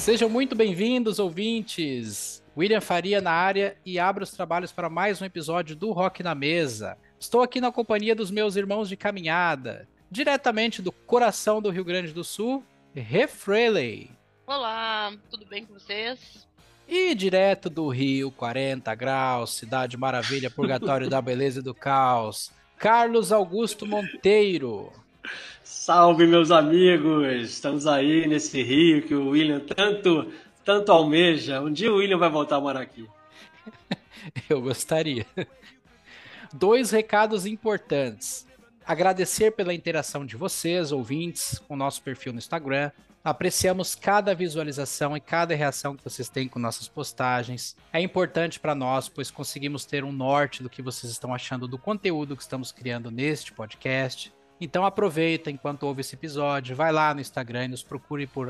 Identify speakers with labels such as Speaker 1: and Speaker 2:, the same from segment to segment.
Speaker 1: Sejam muito bem-vindos, ouvintes! William Faria na área e abro os trabalhos para mais um episódio do Rock na Mesa. Estou aqui na companhia dos meus irmãos de caminhada, diretamente do coração do Rio Grande do Sul, Refreley.
Speaker 2: Olá, tudo bem com vocês?
Speaker 1: E direto do Rio, 40 graus, cidade maravilha, purgatório da beleza e do caos, Carlos Augusto Monteiro.
Speaker 3: Salve, meus amigos! Estamos aí nesse Rio que o William tanto almeja. Um dia o William vai voltar a morar aqui.
Speaker 1: Eu gostaria. 2 recados importantes. Agradecer pela interação de vocês, ouvintes, com o nosso perfil no Instagram. Apreciamos cada visualização e cada reação que vocês têm com nossas postagens. É importante para nós, pois conseguimos ter um norte do que vocês estão achando do conteúdo que estamos criando neste podcast. Então aproveita enquanto ouve esse episódio, vai lá no Instagram e nos procure por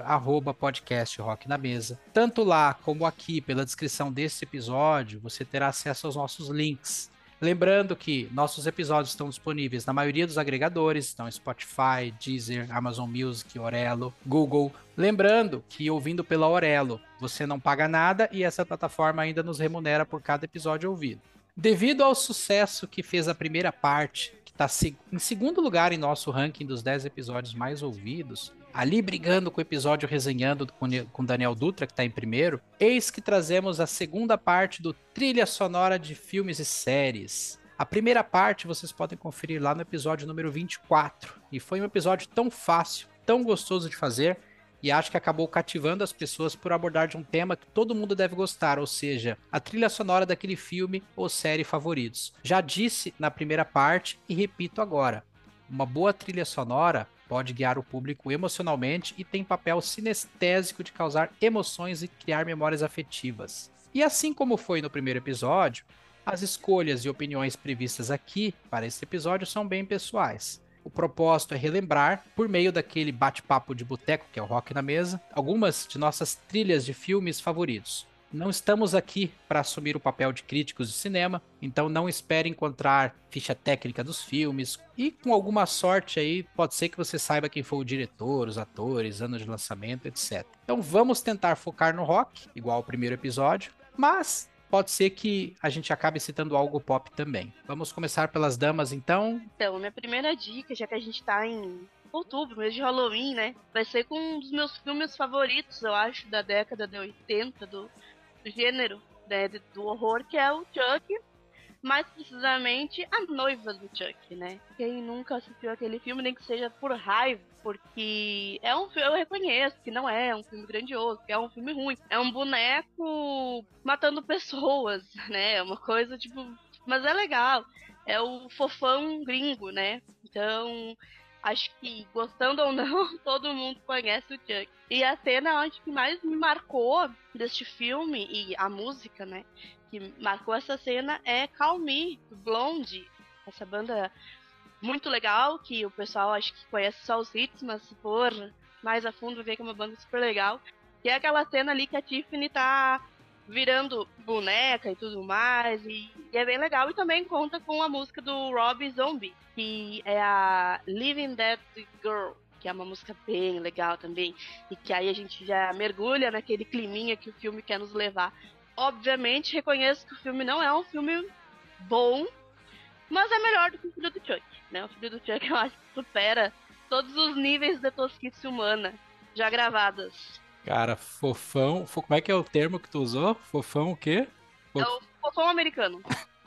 Speaker 1: @podcastrocnamesa. Tanto lá como aqui, pela descrição desse episódio, você terá acesso aos nossos links. Lembrando que nossos episódios estão disponíveis na maioria dos agregadores, estão Spotify, Deezer, Amazon Music, Orelo, Google. Lembrando que ouvindo pela Orelo, você não paga nada e essa plataforma ainda nos remunera por cada episódio ouvido. Devido ao sucesso que fez a primeira parte, está em segundo lugar em nosso ranking dos 10 episódios mais ouvidos, ali brigando com o episódio resenhando com Daniel Dutra, que está em primeiro, eis que trazemos a segunda parte do Trilha Sonora de Filmes e Séries. A primeira parte vocês podem conferir lá no episódio número 24, e foi um episódio tão fácil, tão gostoso de fazer, e acho que acabou cativando as pessoas por abordar de um tema que todo mundo deve gostar, ou seja, a trilha sonora daquele filme ou série favoritos. Já disse na primeira parte e repito agora, uma boa trilha sonora pode guiar o público emocionalmente e tem papel sinestésico de causar emoções e criar memórias afetivas. E assim como foi no primeiro episódio, as escolhas e opiniões previstas aqui para esse episódio são bem pessoais. O propósito é relembrar, por meio daquele bate-papo de boteco, que é o Rock na Mesa, algumas de nossas trilhas de filmes favoritos. Não estamos aqui para assumir o papel de críticos de cinema, então não espere encontrar ficha técnica dos filmes, e com alguma sorte aí, pode ser que você saiba quem foi o diretor, os atores, ano de lançamento, etc. Então vamos tentar focar no rock, igual ao primeiro episódio, mas pode ser que a gente acabe citando algo pop também. Vamos começar pelas damas, então.
Speaker 2: Então, minha primeira dica, já que a gente tá em outubro, mês de Halloween, né? Vai ser com um dos meus filmes favoritos, eu acho, da década de 80, do gênero, né, do horror, que é o Chuck. Mais precisamente, A Noiva do Chuck, né? Quem nunca assistiu aquele filme, nem que seja por raiva, porque é um filme, eu reconheço que não é um filme grandioso, que é um filme ruim. É um boneco matando pessoas, né? É uma coisa, tipo... Mas é legal. É o fofão gringo, né? Então, acho que, gostando ou não, todo mundo conhece o Chuck. E a cena, acho que mais me marcou deste filme, e a música, né? Que marcou essa cena é Call Me, do Blonde. Essa banda muito legal, que o pessoal acho que conhece só os hits, mas se for mais a fundo vê que é uma banda super legal. Que é aquela cena ali que a Tiffany tá virando boneca e tudo mais, e é bem legal. E também conta com a música do Rob Zombie, que é a Living Dead Girl, que é uma música bem legal também, e que aí a gente já mergulha naquele climinha que o filme quer nos levar. Obviamente, reconheço que o filme não é um filme bom, mas é melhor do que o Filho do Chuck, né? O Filho do Chuck eu acho que supera todos os níveis de tosquice humana já gravadas.
Speaker 1: Cara, fofão... Como é que é o termo que tu usou? Fofão o quê?
Speaker 2: É o fofão americano.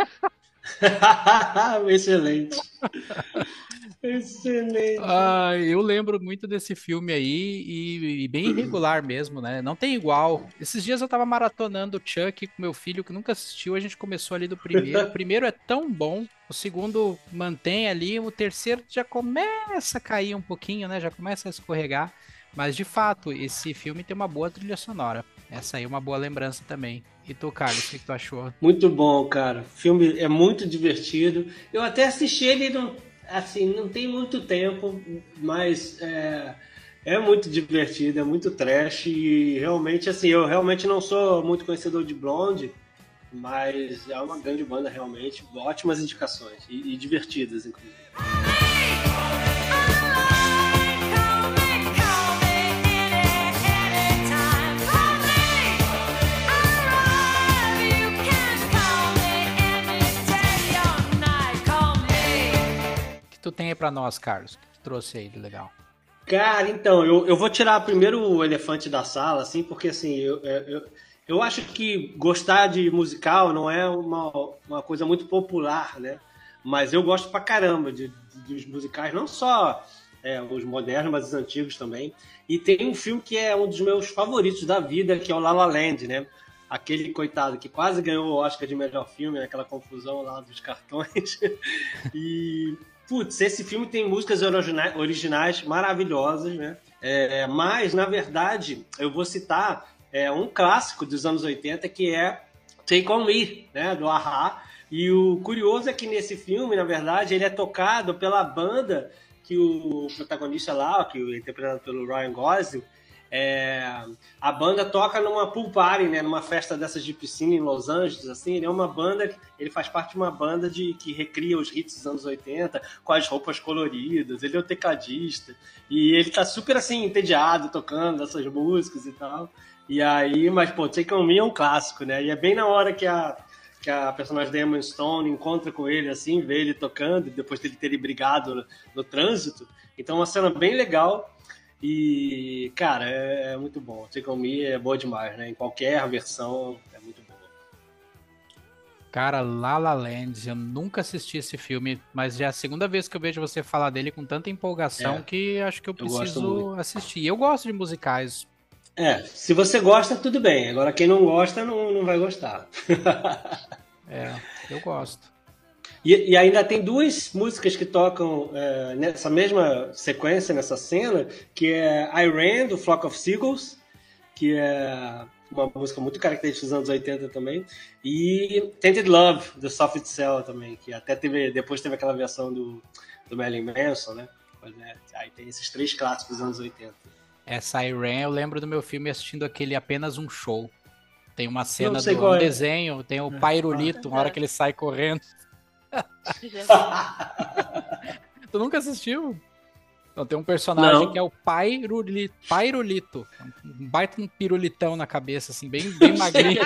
Speaker 3: Excelente. Excelente.
Speaker 1: Eu lembro muito desse filme aí e bem irregular mesmo, né? Não tem igual. Esses dias eu tava maratonando o Chuck com meu filho que nunca assistiu, a gente começou ali do primeiro. O primeiro é tão bom, o segundo mantém ali, o terceiro já começa a cair um pouquinho, né? Já começa a escorregar. Mas de fato, esse filme tem uma boa trilha sonora. Essa aí é uma boa lembrança também. E tu, Carlos, o que tu achou?
Speaker 3: Muito bom, cara. O filme é muito divertido. Eu até assisti ele, não tem muito tempo, mas é muito divertido, é muito trash. E realmente, assim, eu realmente não sou muito conhecedor de Blonde, mas é uma grande banda realmente. Ótimas indicações e divertidas, inclusive.
Speaker 1: tu tem aí pra nós, Carlos? O que tu trouxe aí de legal?
Speaker 3: Cara, então, eu vou tirar primeiro o elefante da sala, assim, porque assim, eu acho que gostar de musical não é uma coisa muito popular, né? Mas eu gosto pra caramba dos musicais, não só os modernos, mas os antigos também. E tem um filme que é um dos meus favoritos da vida, que é o La La Land, né? Aquele coitado que quase ganhou o Oscar de melhor filme, aquela confusão lá dos cartões. E, putz, esse filme tem músicas originais maravilhosas, né? Mas, na verdade, eu vou citar um clássico dos anos 80, que é Take On Me, né? Do A-ha. E o curioso é que nesse filme, na verdade, ele é tocado pela banda que o protagonista lá, que é interpretado pelo Ryan Gosling, a banda toca numa pool party, né, numa festa dessas de piscina em Los Angeles, assim. Ele faz parte de uma banda que recria os hits dos anos 80 com as roupas coloridas, ele é o tecladista, e ele tá super, assim, entediado tocando essas músicas e tal, e aí, mas, pô, Take On Me é um clássico, né, e é bem na hora que a personagem da Emma Stone encontra com ele, assim, vê ele tocando, depois dele ter brigado no trânsito, então é uma cena bem legal. E, cara, é muito bom. Take On Me é boa demais, né? Em qualquer versão é muito boa.
Speaker 1: Cara, La La Land, eu nunca assisti esse filme, mas já é a segunda vez que eu vejo você falar dele com tanta empolgação que acho que eu preciso assistir. Eu gosto de musicais.
Speaker 3: Se você gosta, tudo bem. Agora, quem não gosta, não vai gostar.
Speaker 1: Eu gosto.
Speaker 3: E ainda tem duas músicas que tocam nessa mesma sequência, nessa cena, que é I Ran, do Flock of Seagulls, que é uma música muito característica dos anos 80 também, e Tainted Love, do Soft Cell também, que até depois teve aquela versão do Marilyn Manson, né? Aí tem esses três clássicos dos anos 80.
Speaker 1: Essa I Ran, eu lembro do meu filme assistindo aquele Apenas um Show. Tem uma cena
Speaker 3: do
Speaker 1: desenho, tem o Pairulito, uma hora que ele sai correndo. Tu nunca assistiu? Então, tem um personagem que é o Pairulito. Um baita um pirulitão na cabeça, assim, bem magrinho.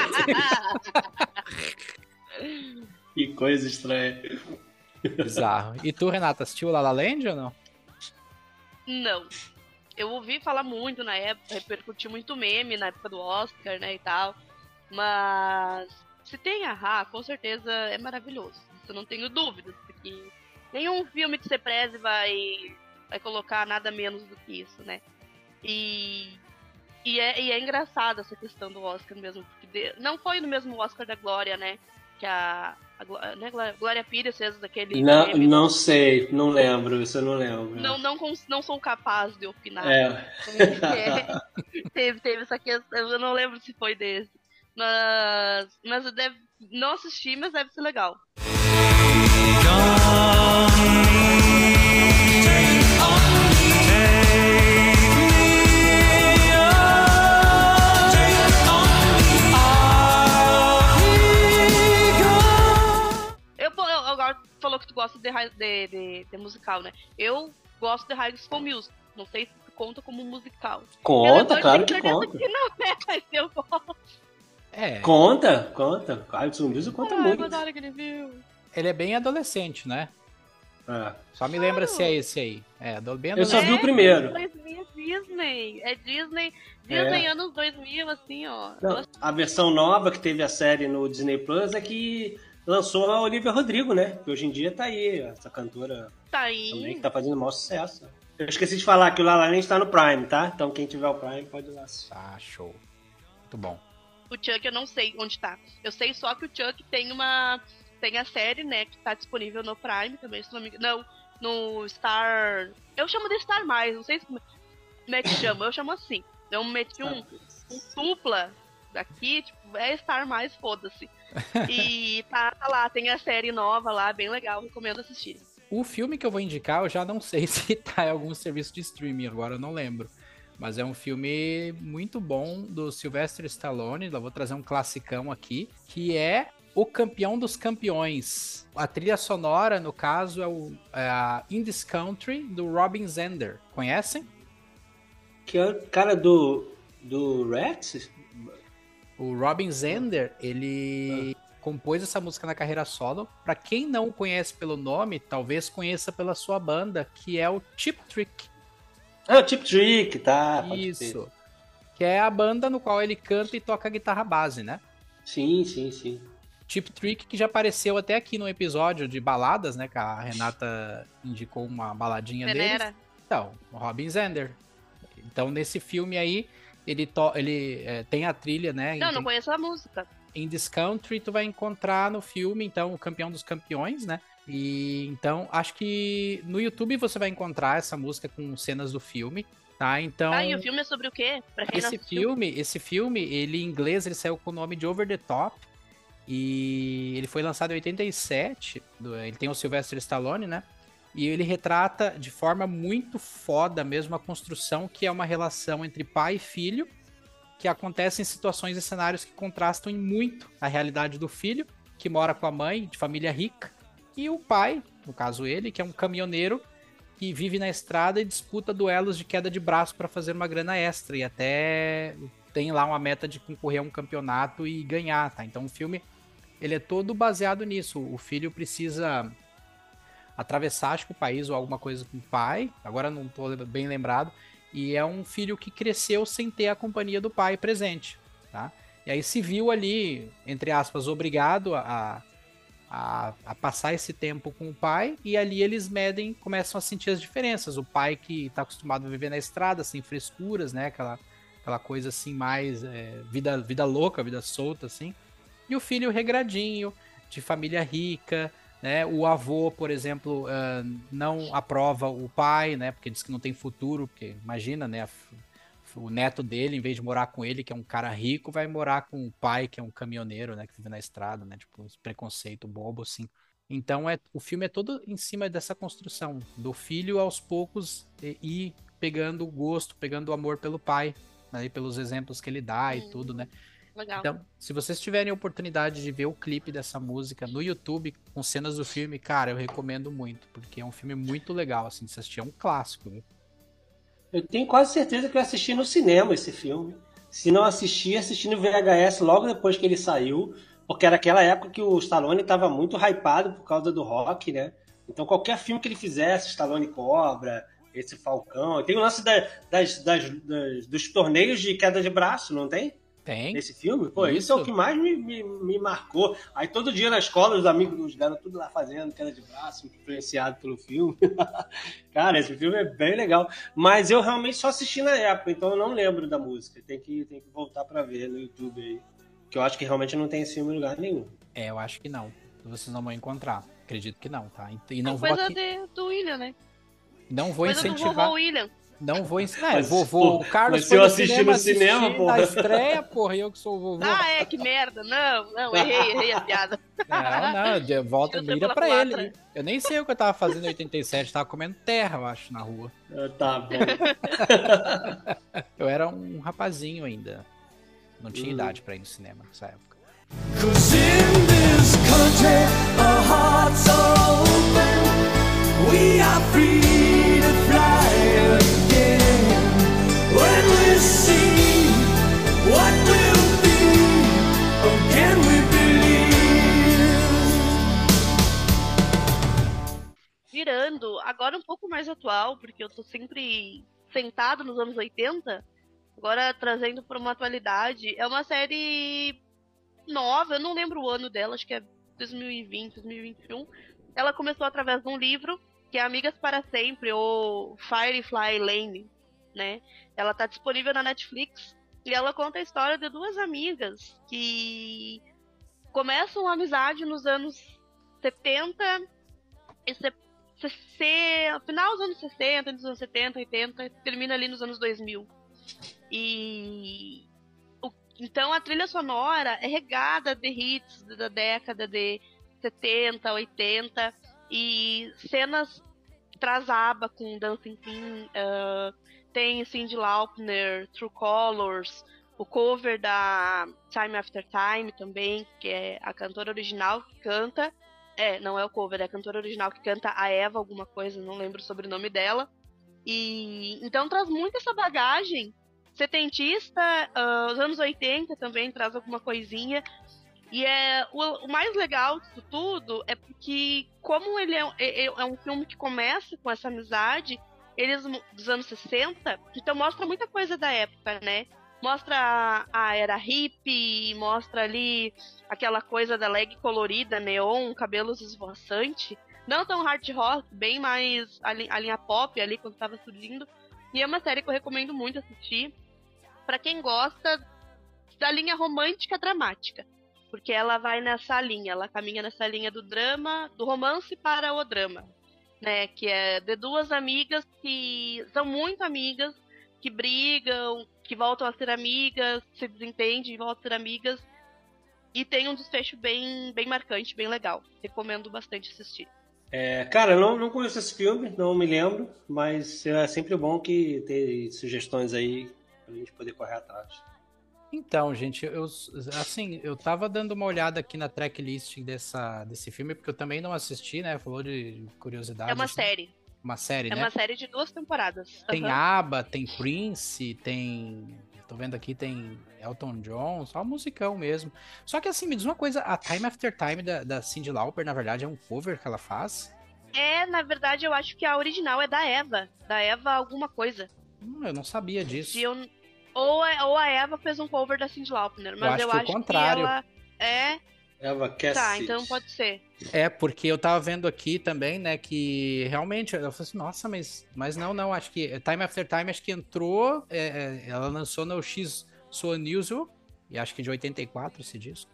Speaker 3: Que coisa estranha.
Speaker 1: Bizarro. E tu, Renata, assistiu La La Land ou não?
Speaker 2: Não. Eu ouvi falar muito na época, repercutiu muito meme na época do Oscar, né, e tal. Mas se tem A-ha, com certeza é maravilhoso. Eu não tenho dúvidas, porque nenhum filme que você preze vai colocar nada menos do que isso, né? E é engraçado essa questão do Oscar mesmo, porque não foi no mesmo Oscar da Glória, né? Que Glória Pires fez daquele...
Speaker 3: Não sei, não lembro, isso eu não lembro.
Speaker 2: Não sou capaz de opinar. Teve essa questão, eu não lembro se foi desse. Mas não assisti, mas deve ser legal. Agora falou que tu gosta de musical, né? Eu gosto de High School Musical. Não sei se conta como musical.
Speaker 3: Conta, claro que conta.
Speaker 2: Que não é, mas eu gosto.
Speaker 3: Conta. High School Musical conta muito.
Speaker 1: Ele é bem adolescente, né? Só me lembra se é esse aí. Bem adolescente.
Speaker 3: Eu só vi o primeiro.
Speaker 2: Disney. É Disney anos 2000, assim, ó.
Speaker 3: Não, a versão nova que teve a série no Disney Plus é que lançou a Olivia Rodrigo, né? Que hoje em dia tá aí, essa cantora também, que tá fazendo o maior sucesso. Eu esqueci de falar que o La La Land tá no Prime, tá? Então quem tiver o Prime pode ir lá assistir.
Speaker 1: Show. Muito bom.
Speaker 2: O Chuck eu não sei onde tá. Eu sei só que o Chuck tem a série, né, que tá disponível no Prime também, se não me engano. Não, no Star... Eu chamo de Star+, não sei como é que chama, eu chamo assim. Eu meti um dupla daqui, tipo, é Star+, foda-se. E tá lá, tem a série nova lá, bem legal, recomendo assistir.
Speaker 1: O filme que eu vou indicar, eu já não sei se tá em algum serviço de streaming, agora eu não lembro. Mas é um filme muito bom do Sylvester Stallone, eu vou trazer um classicão aqui, que é O Campeão dos Campeões. A trilha sonora, no caso, é a In This Country, do Robin Zander. Conhecem?
Speaker 3: Que é o cara do Rex?
Speaker 1: O Robin Zander, ele compôs essa música na carreira solo. Pra quem não o conhece pelo nome, talvez conheça pela sua banda, que é o Cheap Trick.
Speaker 3: Ah, o Cheap Trick, tá.
Speaker 1: Isso. Que é a banda no qual ele canta e toca a guitarra base, né?
Speaker 3: Sim, sim, sim.
Speaker 1: Cheap Trick, que já apareceu até aqui no episódio de baladas, né? Que a Renata indicou uma baladinha deles. Então, o Robin Zander. Então, nesse filme aí, ele tem a trilha, né?
Speaker 2: Não conheço a música.
Speaker 1: In This Country, tu vai encontrar no filme, então, o Campeão dos Campeões, né? E então, acho que no YouTube você vai encontrar essa música com cenas do filme, tá? Então.
Speaker 2: E o filme é sobre o quê? Pra quem
Speaker 1: esse filme, ele em inglês, ele saiu com o nome de Over the Top. E ele foi lançado em 87. Ele tem o Sylvester Stallone, né? E ele retrata de forma muito foda mesmo a construção que é uma relação entre pai e filho, que acontece em situações e cenários que contrastam muito a realidade do filho, que mora com a mãe, de família rica, e o pai, no caso ele, que é um caminhoneiro que vive na estrada e disputa duelos de queda de braço para fazer uma grana extra, e até tem lá uma meta de concorrer a um campeonato e ganhar, tá? Então o filme, ele é todo baseado nisso. O filho precisa atravessar, acho que o país ou alguma coisa com o pai, agora não tô bem lembrado, e é um filho que cresceu sem ter a companhia do pai presente, tá? E aí se viu ali, entre aspas, obrigado a passar esse tempo com o pai, e ali eles começam a sentir as diferenças. O pai que tá acostumado a viver na estrada, sem frescuras, né? Aquela coisa assim, mais vida louca, vida solta, assim. E o filho regradinho, de família rica, né? O avô, por exemplo, não aprova o pai, né? Porque diz que não tem futuro, porque imagina, né? O neto dele, em vez de morar com ele, que é um cara rico, vai morar com o pai, que é um caminhoneiro, né? Que vive na estrada, né? Tipo, esse preconceito bobo, assim. Então, o filme é todo em cima dessa construção, do filho aos poucos ir pegando o gosto, pegando o amor pelo pai, né? Pelos exemplos que ele dá e tudo, né?
Speaker 2: Legal.
Speaker 1: Então, se vocês tiverem a oportunidade de ver o clipe dessa música no YouTube, com cenas do filme, cara, eu recomendo muito, porque é um filme muito legal, assim, de se assistir, é um clássico, viu?
Speaker 3: Eu tenho quase certeza que eu assisti no cinema esse filme. Se não assisti no VHS logo depois que ele saiu, porque era aquela época que o Stallone estava muito hypado por causa do rock, né? Então qualquer filme que ele fizesse, Stallone Cobra, esse Falcão... Tem o lance dos torneios de queda de braço, não tem?
Speaker 1: Tem.
Speaker 3: Nesse filme? Pô, isso é o que mais me marcou. Aí todo dia na escola, os amigos dos garotos tudo lá fazendo queda de braço, influenciado pelo filme. Cara, esse filme é bem legal. Mas eu realmente só assisti na época, então eu não lembro da música. Tem que voltar pra ver no YouTube aí. Que eu acho que realmente não tem esse filme em lugar nenhum.
Speaker 1: Eu acho que não. Vocês não vão encontrar. Acredito que não, tá? E não
Speaker 2: vou coisa do William, né?
Speaker 1: Não vou
Speaker 2: coisa
Speaker 1: incentivar.
Speaker 2: Do vovô William.
Speaker 1: Não vou ensinar. Vovô, o Carlos
Speaker 3: foi no cinema, porra.
Speaker 1: Na estreia, porra, e eu que sou o vovô.
Speaker 2: Que merda. Não, errei a piada.
Speaker 1: Não, volta, mira pra ele. Eu nem sei o que eu tava fazendo em 87, tava comendo terra, eu acho, na rua.
Speaker 3: Tá bom.
Speaker 1: Eu era um rapazinho ainda. Não tinha idade pra ir no cinema nessa época.
Speaker 4: Cause in this country, our hearts are open. We are free to fly again. When we see what will be, oh, can we believe?
Speaker 2: Virando, agora um pouco mais atual, porque eu tô sempre sentado nos anos 80, agora trazendo para uma atualidade, é uma série nova, eu não lembro o ano dela, acho que é 2020, 2021. Ela começou através de um livro, que é Amigas para Sempre, ou Firefly Lane, né? Ela tá disponível na Netflix, e ela conta a história de duas amigas que começam a amizade nos anos 70 e final dos anos 60, nos anos 70, 80, termina ali nos anos 2000. Então a trilha sonora é regada de hits da década de 70, 80 e cenas traz aba com Dancing Queen, tem Cyndi Lauper, True Colors, o cover da Time After Time também, que é a cantora original que canta. Não é o cover, é a cantora original que canta, a Eva alguma coisa, não lembro o sobrenome dela. E então traz muito essa bagagem setentista, os anos 80 também traz alguma coisinha. E o mais legal disso tudo é porque, como ele é um filme que começa com essa amizade, eles dos anos 60, então mostra muita coisa da época, né? Mostra a era hippie, mostra ali aquela coisa da leg colorida, neon, cabelos esvoaçante. Não tão hard rock, bem mais a linha pop ali quando tava surgindo. E é uma série que eu recomendo muito assistir pra quem gosta da linha romântica dramática. Porque ela vai nessa linha, ela caminha nessa linha do drama, do romance para o drama, né? Que é de duas amigas que são muito amigas, que brigam, que voltam a ser amigas, se desentendem e voltam a ser amigas. E tem um desfecho bem, bem marcante, bem legal. Recomendo bastante assistir.
Speaker 3: Cara, eu não conheço esse filme, não me lembro, mas é sempre bom que ter sugestões aí pra gente poder correr atrás.
Speaker 1: Então, gente, eu tava dando uma olhada aqui na tracklist desse filme, porque eu também não assisti, né? Falou de curiosidade.
Speaker 2: É uma
Speaker 1: assim.
Speaker 2: série.
Speaker 1: Uma série, né?
Speaker 2: É uma série de 2 temporadas.
Speaker 1: Tem ABBA, tem Prince, tem... Tô vendo aqui, tem Elton John, só musicão mesmo. Só que assim, me diz uma coisa, a Time After Time da Cyndi Lauper, na verdade, é um cover que ela faz?
Speaker 2: Na verdade, eu acho que a original é da Eva alguma coisa.
Speaker 1: Eu não sabia disso.
Speaker 2: Ou a Eva fez um cover da Cyndi Lauper, mas eu acho
Speaker 1: que o contrário.
Speaker 2: Que ela é...
Speaker 3: Eva Cassidy.
Speaker 2: Tá, então pode ser.
Speaker 1: Porque eu tava vendo aqui também, né, que realmente, eu falei assim, nossa, mas não, acho que Time After Time, acho que entrou, ela lançou no X So Unusual, e acho que de 84 esse disco,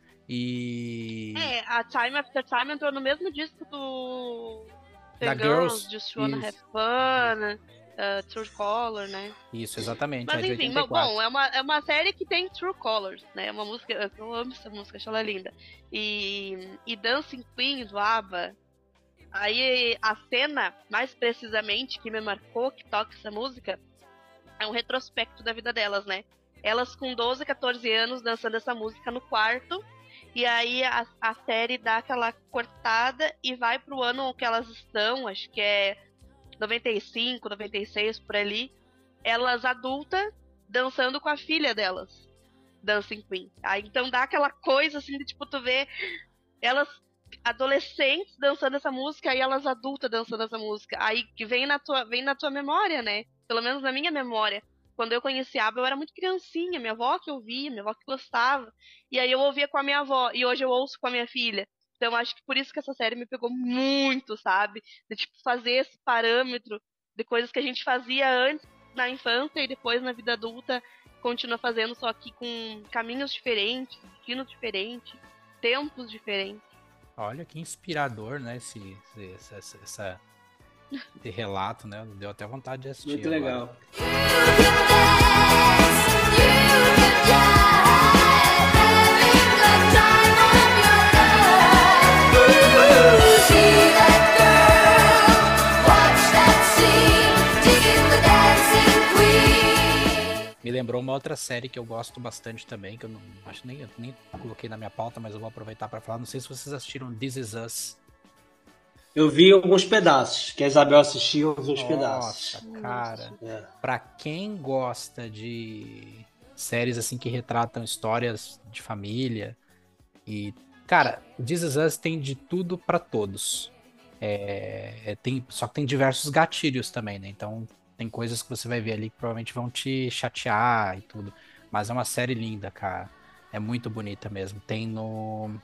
Speaker 1: e...
Speaker 2: a Time After Time entrou no mesmo disco do...
Speaker 1: da Girls,
Speaker 2: Just Wanna Have Fun... True Color, né?
Speaker 1: Isso, exatamente.
Speaker 2: Mas enfim, bom, é uma série que tem True Colors, né? É uma música, eu amo essa música, acho ela linda. E Dancing Queen do ABBA, aí a cena, mais precisamente, que me marcou, que toca essa música, é um retrospecto da vida delas, né? Elas com 12, 14 anos dançando essa música no quarto, e aí a série dá aquela cortada e vai pro ano que elas estão, acho que é 95, 96, por ali, elas adultas dançando com a filha delas, Dancing Queen. Aí então dá aquela coisa assim de tipo, tu vê elas adolescentes dançando essa música e elas adultas dançando essa música. Aí que vem na tua memória, né? Pelo menos na minha memória. Quando eu conheci a ABBA, eu era muito criancinha, minha avó que ouvia, minha avó que gostava. E aí eu ouvia com a minha avó, e hoje eu ouço com a minha filha. Então, acho que por isso que essa série me pegou muito, sabe? De, tipo, fazer esse parâmetro de coisas que a gente fazia antes na infância e depois na vida adulta continua fazendo, só que com caminhos diferentes, destinos diferentes, tempos diferentes.
Speaker 1: Olha que inspirador, né? Esse relato, né? Deu até vontade de assistir.
Speaker 3: Muito legal.
Speaker 1: Me lembrou uma outra série que eu gosto bastante também, que eu não acho nem coloquei na minha pauta, mas eu vou aproveitar para falar. Não sei se vocês assistiram This Is Us.
Speaker 3: Eu vi alguns pedaços, que a Isabel assistiu alguns pedaços.
Speaker 1: Nossa, cara. Pra quem gosta de séries assim que retratam histórias de família e... Cara, This Is Us tem de tudo pra todos. Só que tem diversos gatilhos também, né? Então tem coisas que você vai ver ali que provavelmente vão te chatear e tudo. Mas é uma série linda, cara. É muito bonita mesmo. Tem no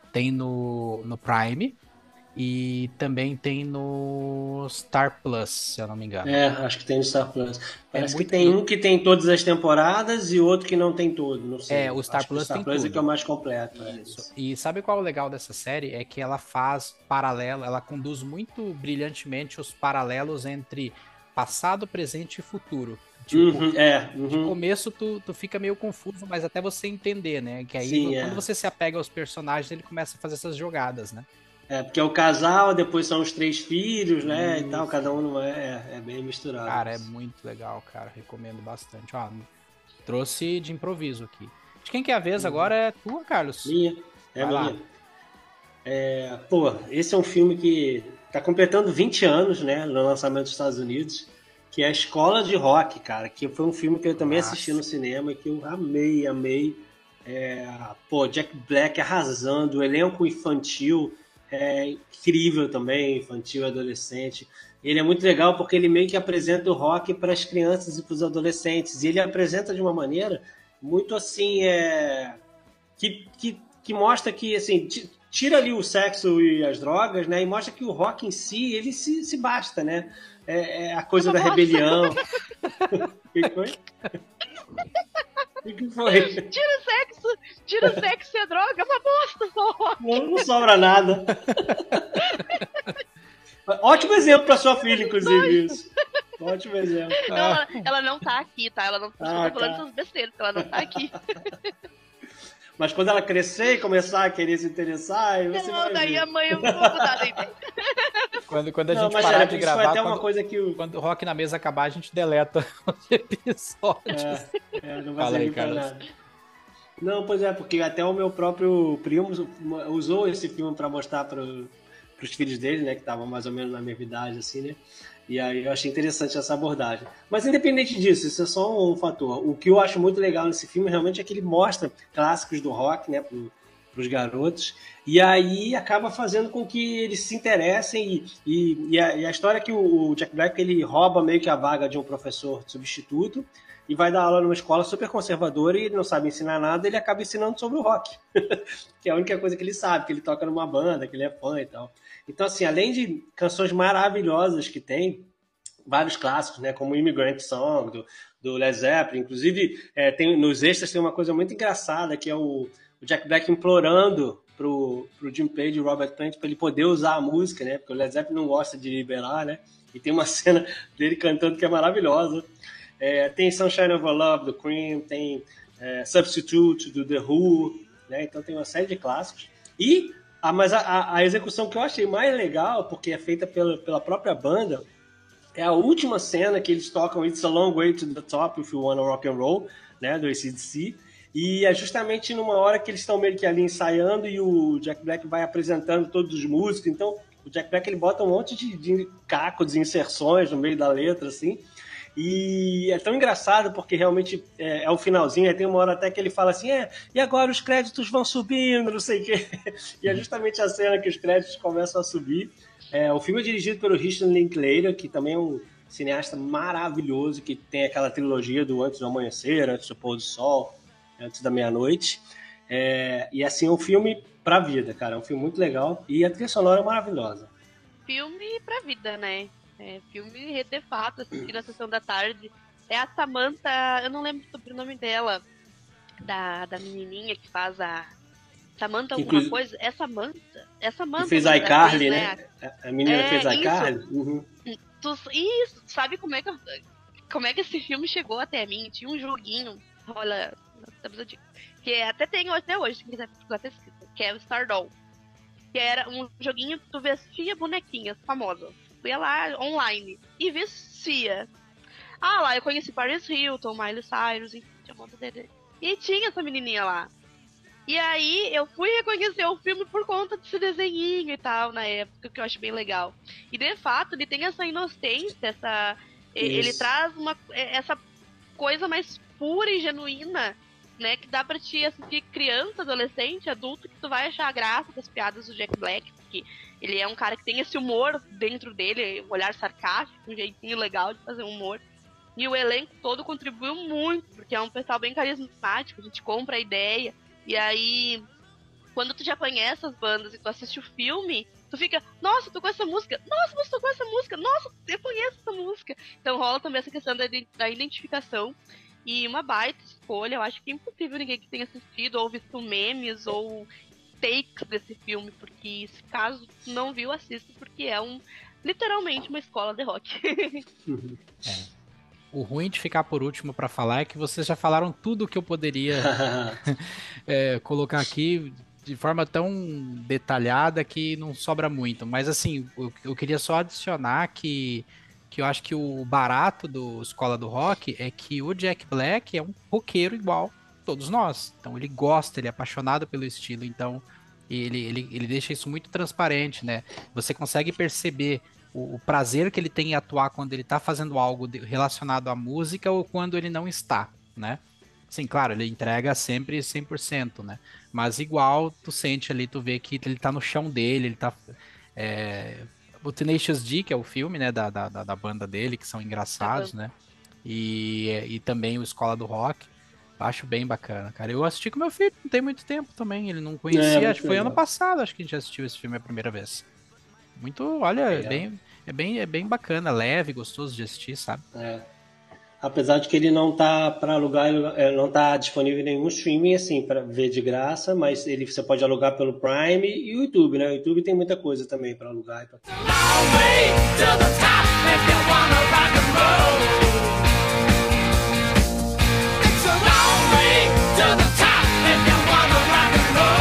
Speaker 1: Prime e também tem no Star Plus, se eu não me engano.
Speaker 3: Acho que tem no Star Plus. Parece que tem um que tem todas as temporadas e outro que não tem todo, não sei.
Speaker 1: O Star Plus tem tudo.
Speaker 3: O Star Plus é que é o mais completo.
Speaker 1: Isso. E sabe qual é o legal dessa série? É que ela faz paralelo, ela conduz muito brilhantemente os paralelos entre passado, presente e futuro. Tipo, de começo tu fica meio confuso, mas até você entender, né? Que aí quando você se apega aos personagens, ele começa a fazer essas jogadas, né?
Speaker 3: Porque é o casal, depois são os 3 filhos, né? E tal, cada um é bem misturado.
Speaker 1: Cara, é muito legal, cara. Recomendo bastante. Ó, trouxe de improviso aqui. De quem que é a vez agora é tua, Carlos?
Speaker 3: Minha. Minha. Esse é um filme que tá completando 20 anos, né? No lançamento dos Estados Unidos. Que é a Escola de Rock, cara. Que foi um filme que eu também assisti no cinema, que eu amei. Pô, Jack Black arrasando, o elenco infantil é incrível também, infantil e adolescente. Ele é muito legal porque ele meio que apresenta o rock para as crianças e para os adolescentes. E ele apresenta de uma maneira muito assim, que mostra que, assim, tira ali o sexo e as drogas, né? E mostra que o rock em si, ele se basta, né? É a coisa da rebelião. O que foi? O que foi?
Speaker 2: Tira o sexo e a droga, é uma bosta só o rock.
Speaker 3: Não sobra nada. Ótimo exemplo para sua filha, inclusive, isso. Ótimo exemplo.
Speaker 2: Não, ela não tá aqui, tá? Ela não tá falando
Speaker 3: tá.
Speaker 2: essas besteiras, porque ela não tá aqui.
Speaker 3: Mas quando ela crescer e começar a querer se interessar, aí você vai
Speaker 2: Daí
Speaker 3: ver.
Speaker 2: a mãe eu vou mudar da ideia.
Speaker 1: Quando a gente
Speaker 3: mas
Speaker 1: parar
Speaker 3: sério,
Speaker 1: de
Speaker 3: isso foi
Speaker 1: gravar,
Speaker 3: até uma coisa que
Speaker 1: quando o Rock na Mesa acabar, a gente deleta os episódios.
Speaker 3: não vai
Speaker 1: Fala aí,
Speaker 3: servir pra
Speaker 1: Carlos.
Speaker 3: nada. Não, pois é, porque até o meu próprio primo usou esse filme para mostrar para os filhos dele, né, que estavam mais ou menos na mesma idade, assim, né? E aí eu achei interessante essa abordagem. Mas independente disso, isso é só um fator. O que eu acho muito legal nesse filme realmente é que ele mostra clássicos do rock, né, para os garotos, e aí acaba fazendo com que eles se interessem e a história é que o Jack Black ele rouba meio que a vaga de um professor substituto e vai dar aula numa escola super conservadora e ele não sabe ensinar nada, ele acaba ensinando sobre o rock, que é a única coisa que ele sabe, que ele toca numa banda, que ele é fã e tal. Então, assim, além de canções maravilhosas que tem, vários clássicos, né, como o Immigrant Song, do Led Zeppelin, inclusive nos extras tem uma coisa muito engraçada, que é o Jack Black implorando pro Jim Page e o Robert Plant para ele poder usar a música, né, porque o Led Zeppelin não gosta de liberar, né, e tem uma cena dele cantando que é maravilhosa. Tem Sunshine of Love, do Cream, tem Substitute, do The Who, né, então tem uma série de clássicos. Mas a execução que eu achei mais legal, porque é feita pela própria banda, é a última cena que eles tocam It's a Long Way to the Top If You Wanna Rock and Roll, né, do AC/DC, e é justamente numa hora que eles estão meio que ali ensaiando e o Jack Black vai apresentando todos os músicos, então o Jack Black ele bota um monte de cacos, de inserções no meio da letra, assim, e é tão engraçado porque realmente é o finalzinho, aí tem uma hora até que ele fala assim, e agora os créditos vão subindo, não sei o quê, e é justamente a cena que os créditos começam a subir. O filme é dirigido pelo Richard Linklater, que também é um cineasta maravilhoso, que tem aquela trilogia do Antes do Amanhecer, Antes do Pôr do Sol, Antes da Meia-Noite. E assim, é um filme pra vida, cara. É um filme muito legal e a trilha sonora é maravilhosa.
Speaker 2: Filme pra vida, né? Filme de fato, assisti na sessão da tarde. É a Samantha, eu não lembro sobre o nome dela, da menininha que faz a... Samantha alguma coisa? É Samantha.
Speaker 3: Que fez a iCarly, né? A menina que fez a
Speaker 2: isso.
Speaker 3: iCarly. Uhum.
Speaker 2: Isso, sabe como é que esse filme chegou até mim? Tinha um joguinho, olha, que até tenho até hoje, se quiser pesquisa, que é o Stardoll. Que era um joguinho que tu vestia bonequinhas famosas. Tu ia lá online e vestia. Lá eu conheci Paris Hilton, Miley Cyrus, enfim, tinha um monte dele. E tinha essa menininha lá. E aí eu fui reconhecer o filme por conta desse desenhinho e tal, na época, que eu acho bem legal. E de fato, ele tem essa inocência, ele traz essa coisa mais pura e genuína, né, que dá pra te assistir criança, adolescente, adulto, que tu vai achar a graça das piadas do Jack Black, porque ele é um cara que tem esse humor dentro dele, um olhar sarcástico, um jeitinho legal de fazer humor. E o elenco todo contribuiu muito, porque é um pessoal bem carismático, a gente compra a ideia. E aí, quando tu já conhece as bandas e tu assiste o filme, tu fica, nossa, tu conhece essa música? Nossa, mas tu conhece essa música? Nossa, eu conheço essa música. Então rola também essa questão da identificação. E uma baita escolha, eu acho que é impossível ninguém que tenha assistido ou visto memes ou takes desse filme, porque se caso não viu, assista, porque é literalmente uma escola de rock.
Speaker 1: O ruim de ficar por último para falar é que vocês já falaram tudo que eu poderia colocar aqui de forma tão detalhada que não sobra muito. Mas assim, eu queria só adicionar que eu acho que o barato do Escola do Rock é que o Jack Black é um roqueiro igual todos nós. Então ele gosta, ele é apaixonado pelo estilo, então ele deixa isso muito transparente, né? Você consegue perceber o prazer que ele tem em atuar quando ele está fazendo algo relacionado à música ou quando ele não está, né? Sim, claro, ele entrega sempre 100%, né? Mas igual, tu sente ali, tu vê que ele tá no chão dele, ele tá... é, O Tenacious D, que é o filme, né, da banda dele, que são
Speaker 2: Da
Speaker 1: engraçados,
Speaker 2: banda.
Speaker 1: né? E também o Escola do Rock. Acho bem bacana, cara. Eu assisti com meu filho, não tem muito tempo também. Ele não
Speaker 3: É,
Speaker 1: conhecia, acho que
Speaker 3: muito
Speaker 1: foi ano
Speaker 3: legal.
Speaker 1: passado, acho que a gente assistiu esse filme a primeira vez. Muito, olha,
Speaker 3: Aí, ó.
Speaker 1: é bem bacana, leve, gostoso de assistir, sabe?
Speaker 3: É. Apesar de que ele não tá para alugar, não tá disponível em nenhum streaming assim para ver de graça, mas ele você pode alugar pelo Prime e o YouTube, né? O YouTube tem muita coisa também para alugar.
Speaker 4: Long way to the top if you wanna rock and roll. It's a long way to the top if you wanna rock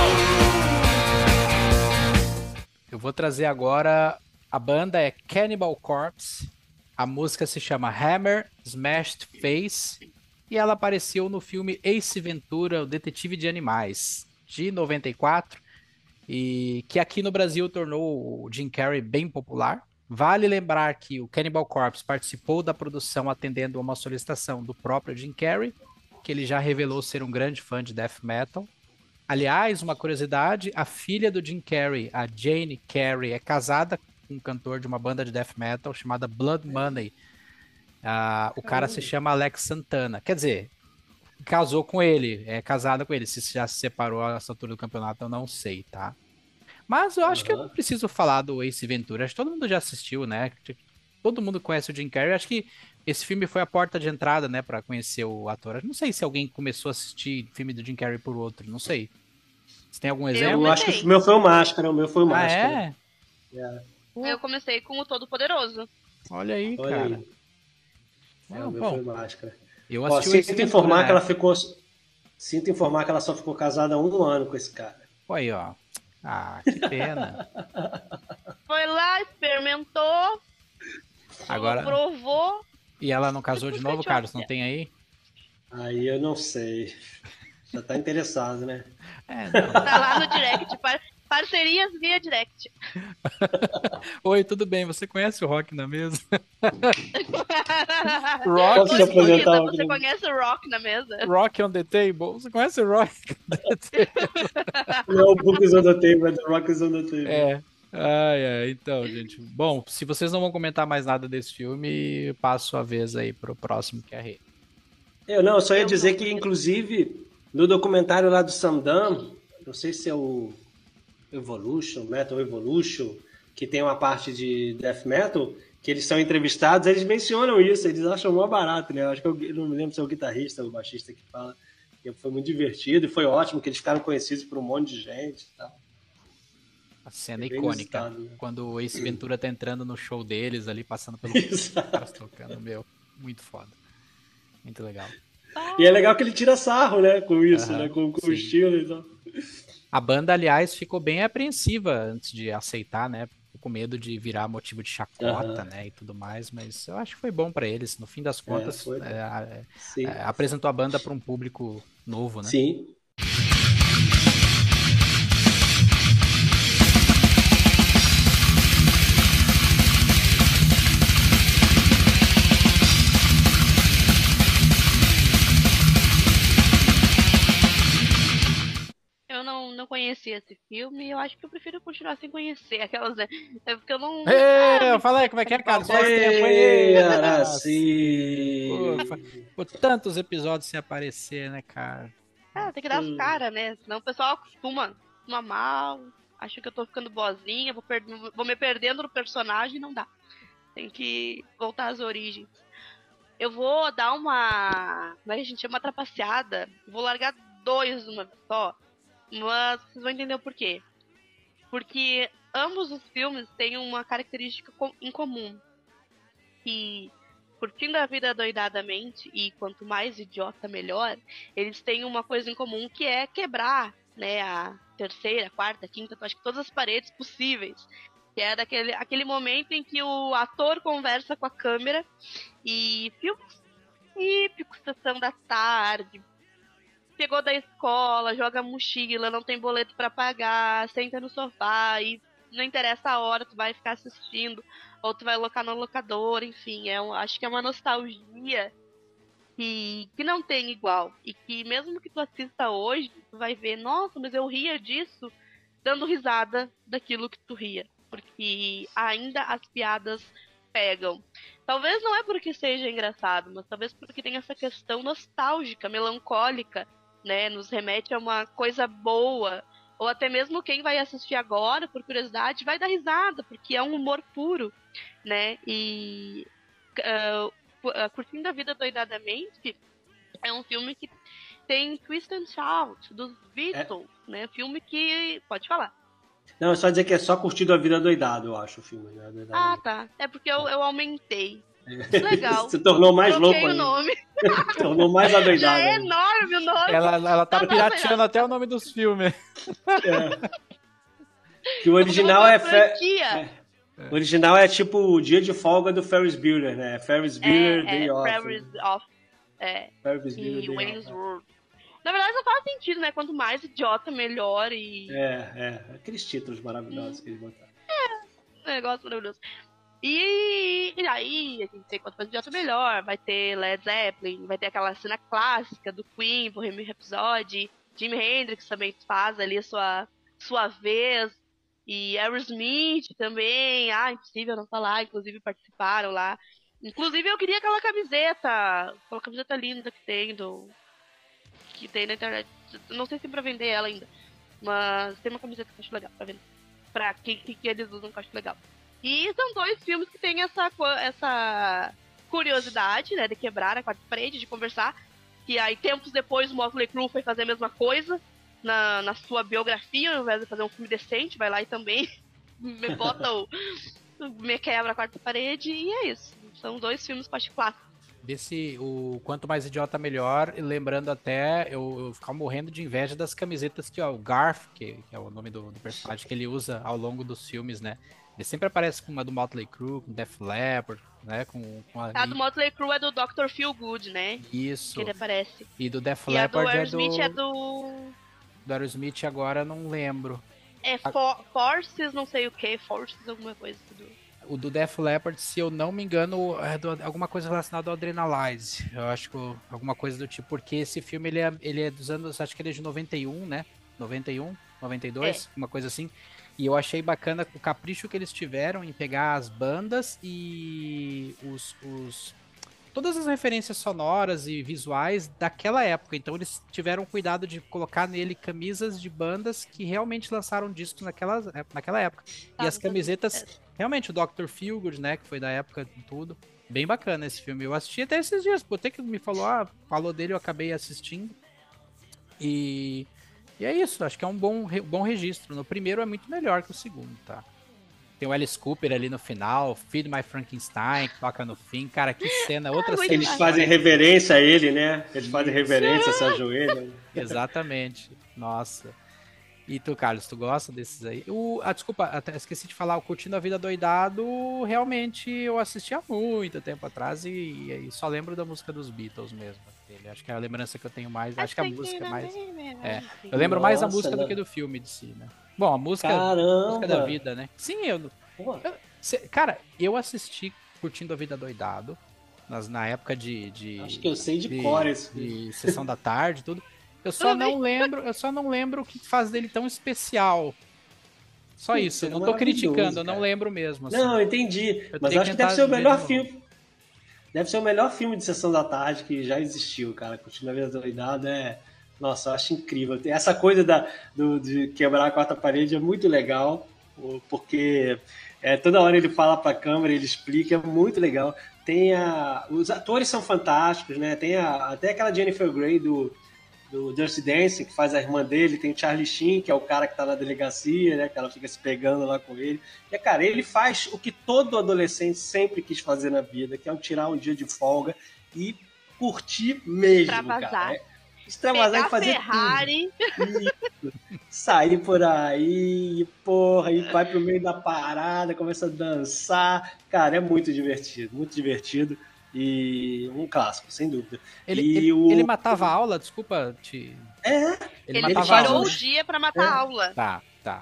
Speaker 4: and roll.
Speaker 1: Eu vou trazer agora, a banda é Cannibal Corpse, a música se chama Hammer Smashed Face, e ela apareceu no filme Ace Ventura, o Detetive de Animais, de 94, e que aqui no Brasil tornou o Jim Carrey bem popular. Vale lembrar que o Cannibal Corpse participou da produção atendendo a uma solicitação do próprio Jim Carrey, que ele já revelou ser um grande fã de death metal. Aliás, uma curiosidade, a filha do Jim Carrey, a Jane Carrey, é casada com um cantor de uma banda de death metal chamada Blood Money. O cara se chama Alex Santana. Quer dizer, casou com ele, é casada com ele. Se já se separou a essa altura do campeonato, eu não sei, tá? Mas eu acho que eu não
Speaker 3: Aham.
Speaker 1: preciso falar do Ace Ventura. Acho que todo mundo já assistiu, né? Todo mundo conhece o Jim Carrey. Acho que esse filme foi a porta de entrada, né, pra conhecer o ator. Eu não sei se alguém começou a assistir filme do Jim Carrey por outro, não sei. Você tem algum
Speaker 2: Eu
Speaker 1: exemplo?
Speaker 3: Eu acho que o
Speaker 2: comecei.
Speaker 3: meu foi o Máscara, o meu foi o
Speaker 1: Ah,
Speaker 3: Máscara.
Speaker 1: é?
Speaker 3: É,
Speaker 2: Eu comecei com o Todo-Poderoso.
Speaker 1: Olha aí,
Speaker 3: olha
Speaker 1: cara.
Speaker 3: aí. É,
Speaker 1: Ah,
Speaker 3: o meu
Speaker 1: bom,
Speaker 3: foi o Máscara.
Speaker 1: eu
Speaker 3: Ó,
Speaker 1: assisti o Ace Ventura, né?
Speaker 3: Sinto informar que ela só ficou casada há um ano com esse cara.
Speaker 1: Pô, aí, ó. Ah, que pena.
Speaker 2: Foi lá, experimentou,
Speaker 1: Agora,
Speaker 2: provou.
Speaker 1: e ela não casou de
Speaker 2: Depois
Speaker 1: novo,
Speaker 2: fechou.
Speaker 1: Carlos? Não tem aí?
Speaker 3: Aí eu não sei. Já tá interessado, né?
Speaker 1: É, não.
Speaker 2: Tá lá no direct. Parcerias via direct.
Speaker 1: Oi, tudo bem? Você conhece o Rock na mesa?
Speaker 3: Posso te
Speaker 1: Rock,
Speaker 3: apresentar
Speaker 2: Luísa,
Speaker 3: um
Speaker 2: você conhece o Rock na mesa?
Speaker 1: Rock on the Table? Você conhece o Rock on the Table?
Speaker 3: Não, o Book is on the Table, é The Rock is on the Table.
Speaker 1: É. Ai, ai, então, gente. Bom, se vocês não vão comentar mais nada desse filme, eu passo a vez aí pro próximo que é Rei.
Speaker 3: Eu só ia
Speaker 2: Eu
Speaker 3: dizer
Speaker 2: não
Speaker 3: que,
Speaker 2: conheço.
Speaker 3: inclusive, no documentário lá do Sundance, não sei se é o Evolution, Metal Evolution, que tem uma parte de death metal, que eles são entrevistados, eles mencionam isso, eles acham mó barato, né? Eu acho que eu não me lembro se é o guitarrista ou o baixista que fala. Que foi muito divertido e foi ótimo, que eles ficaram conhecidos por um monte de gente e tal.
Speaker 1: A cena
Speaker 3: É bem
Speaker 1: icônica.
Speaker 3: inusitado, né?
Speaker 1: Quando o Ace Ventura tá entrando no show deles ali, passando pelo
Speaker 3: Exato.
Speaker 1: caras tocando, meu. Muito foda. Muito legal.
Speaker 3: E é legal que ele tira sarro, né? Com isso,
Speaker 1: Aham,
Speaker 3: né? Com
Speaker 1: sim.
Speaker 3: o estilo e tal.
Speaker 1: A banda, aliás, ficou bem apreensiva antes de aceitar, né? Com medo de virar motivo de chacota,
Speaker 3: Aham.
Speaker 1: né? E tudo mais, mas eu acho que foi bom pra eles. No fim das contas,
Speaker 3: Foi. Sim.
Speaker 1: apresentou a banda pra um público novo, né?
Speaker 3: Sim.
Speaker 2: Eu não conhecia esse filme e eu acho que eu prefiro continuar sem conhecer aquelas, né? É porque eu não.
Speaker 1: Ei, eu falei, como é que é, cara? Faz tempo aí.
Speaker 3: Ei,
Speaker 1: Nossa.
Speaker 3: Araci!
Speaker 1: Pô, tantos episódios sem aparecer, né, cara?
Speaker 2: Tem que dar as caras, né? Senão o pessoal acostuma mal, acha que eu tô ficando boazinha, vou me perdendo no personagem, não dá. Tem que voltar às origens. Eu vou dar uma. Como é que a gente chama? Uma trapaceada. Vou largar 2 de uma vez só. Mas vocês vão entender o porquê. Porque ambos os filmes têm uma característica em comum. Que, curtindo a vida doidadamente, e quanto mais idiota, melhor, eles têm uma coisa em comum que é quebrar, né, a terceira, quarta, quinta, acho que todas as paredes possíveis. Que é aquele momento em que o ator conversa com a câmera e filmes típicos, sessão da tarde, chegou da escola, joga mochila, não tem boleto pra pagar, senta no sofá e não interessa a hora, tu vai ficar assistindo, ou tu vai alocar no locador, enfim, acho que é uma nostalgia que não tem igual. E que mesmo que tu assista hoje, tu vai ver, nossa, mas eu ria disso, dando risada daquilo que tu ria. Porque ainda as piadas pegam. Talvez não é porque seja engraçado, mas talvez porque tem essa questão nostálgica, melancólica, né? Nos remete a uma coisa boa. Ou até mesmo quem vai assistir agora, por curiosidade, vai dar risada, porque é um humor puro, né? E Curtindo a Vida Doidadamente é um filme que tem Twist and Shout, dos Beatles, né? Filme que... Pode falar.
Speaker 3: Não, é só dizer que é só Curtindo a Vida Doidado, eu acho, o filme. Né?
Speaker 2: Ah, tá. É porque eu aumentei. Legal.
Speaker 3: Se tornou mais
Speaker 2: Troquei
Speaker 3: louco
Speaker 2: o nome.
Speaker 3: Se tornou mais adoidado.
Speaker 2: Já é
Speaker 3: ainda.
Speaker 2: enorme o nome.
Speaker 1: Ela tá
Speaker 2: Não,
Speaker 1: pirateando até o nome dos filmes.
Speaker 3: Que o original
Speaker 2: franquia.
Speaker 3: O original é tipo o dia de folga do Ferris Bueller, né? Ferris Bueller Day Off.
Speaker 2: Ferris Off.
Speaker 3: Ferris Bueller
Speaker 2: E
Speaker 3: Day
Speaker 2: Wayne's
Speaker 3: Off.
Speaker 2: World. Na verdade não faz sentido, né? Quanto mais idiota, melhor e...
Speaker 3: Aqueles títulos maravilhosos que eles botaram.
Speaker 2: Negócio maravilhoso. E aí, a gente tem quanto mais idiota, melhor. Vai ter Led Zeppelin, vai ter aquela cena clássica do Queen, Bohemian Rhapsody. Jimi Hendrix também faz ali a sua vez. E Aerosmith também. Ah, impossível não falar. Inclusive participaram lá. Inclusive eu queria aquela camiseta linda que tem na internet. Não sei se pra vender ela ainda. Mas tem uma camiseta que eu acho legal pra vender. Pra que eles usam que eu acho legal. E são dois filmes que tem essa curiosidade, né? De quebrar a quarta parede, de conversar. Que aí, tempos depois, o Motley Crue foi fazer a mesma coisa na sua biografia, ao invés de fazer um filme decente, vai lá e também me quebra a quarta parede, e é isso. São dois filmes particulares.
Speaker 1: Desse, o Quanto Mais Idiota Melhor, e lembrando até, eu ficava morrendo de inveja das camisetas que ó, o Garth, que é o nome do personagem que ele usa ao longo dos filmes, né? Ele sempre aparece com uma do Motley Crue, com Def Leppard, né? Com
Speaker 2: a do Motley Crue é do Dr. Feelgood, né?
Speaker 1: Isso.
Speaker 2: Que ele aparece.
Speaker 1: E do Def
Speaker 2: e
Speaker 1: Leppard
Speaker 2: a do Aerosmith é do...
Speaker 1: Do Aerosmith agora não lembro.
Speaker 2: É Forces, não sei o que, Forces alguma coisa.
Speaker 1: O do Def Leppard, se eu não me engano, é alguma coisa relacionada ao Adrenalize. Eu acho que alguma coisa do tipo, porque esse filme ele é dos anos, acho que ele é de 91, né? 91, 92, uma coisa assim. E eu achei bacana o capricho que eles tiveram em pegar as bandas e todas as referências sonoras e visuais daquela época. Então eles tiveram cuidado de colocar nele camisas de bandas que realmente lançaram discos naquela época. E as camisetas, realmente, o Dr. Feelgood, né, que foi da época de tudo. Bem bacana esse filme. Eu assisti até esses dias, pô, até que me falou dele, eu acabei assistindo. E é isso, acho que é um bom registro. No primeiro é muito melhor que o segundo, tá? Tem o Alice Cooper ali no final, Feed My Frankenstein, que toca no fim. Cara, que cena, outra cena.
Speaker 3: Eles fazem reverência a ele, né? Eles fazem reverência, se ajoelham.
Speaker 1: Exatamente. Nossa. E tu, Carlos, tu gosta desses aí? Desculpa, até esqueci de falar, o Curtindo a Vida Doidado, realmente eu assisti há muito tempo atrás e só lembro da música dos Beatles mesmo. Acho que é a lembrança que eu tenho mais, acho que a música mais... eu lembro mais da música do que do filme de si, né? Bom, a música da vida, né? Sim, cara, eu assisti Curtindo a Vida Doidado na época de
Speaker 3: acho que eu sei de cor esse
Speaker 1: de Sessão da Tarde e tudo. Eu só não lembro o que faz dele tão especial. Só isso, eu não tô criticando, eu não lembro mesmo. Assim.
Speaker 3: Não, entendi. Mas eu acho que deve ser o melhor filme. Deve ser o melhor filme de Sessão da Tarde que já existiu, cara. Curtindo a Vida Doidado Nossa, eu acho incrível. Essa coisa de quebrar a quarta parede é muito legal, porque toda hora ele fala pra câmera, ele explica, é muito legal. Os atores são fantásticos, né? Tem até aquela Jennifer Grey do Dirty Dancing, que faz a irmã dele, tem o Charlie Sheen, que é o cara que tá na delegacia, né, que ela fica se pegando lá com ele. E, cara, ele faz o que todo adolescente sempre quis fazer na vida, que é tirar um dia de folga e curtir mesmo, cara. Extravasar e fazer
Speaker 2: Ferrari.
Speaker 3: tudo. Sair por aí, porra, e vai pro meio da parada, começa a dançar. Cara, é muito divertido. E um clássico, sem dúvida.
Speaker 1: Ele matava a aula, desculpa te...
Speaker 2: Ele tirou o dia pra matar a aula.
Speaker 1: Tá.
Speaker 3: Ele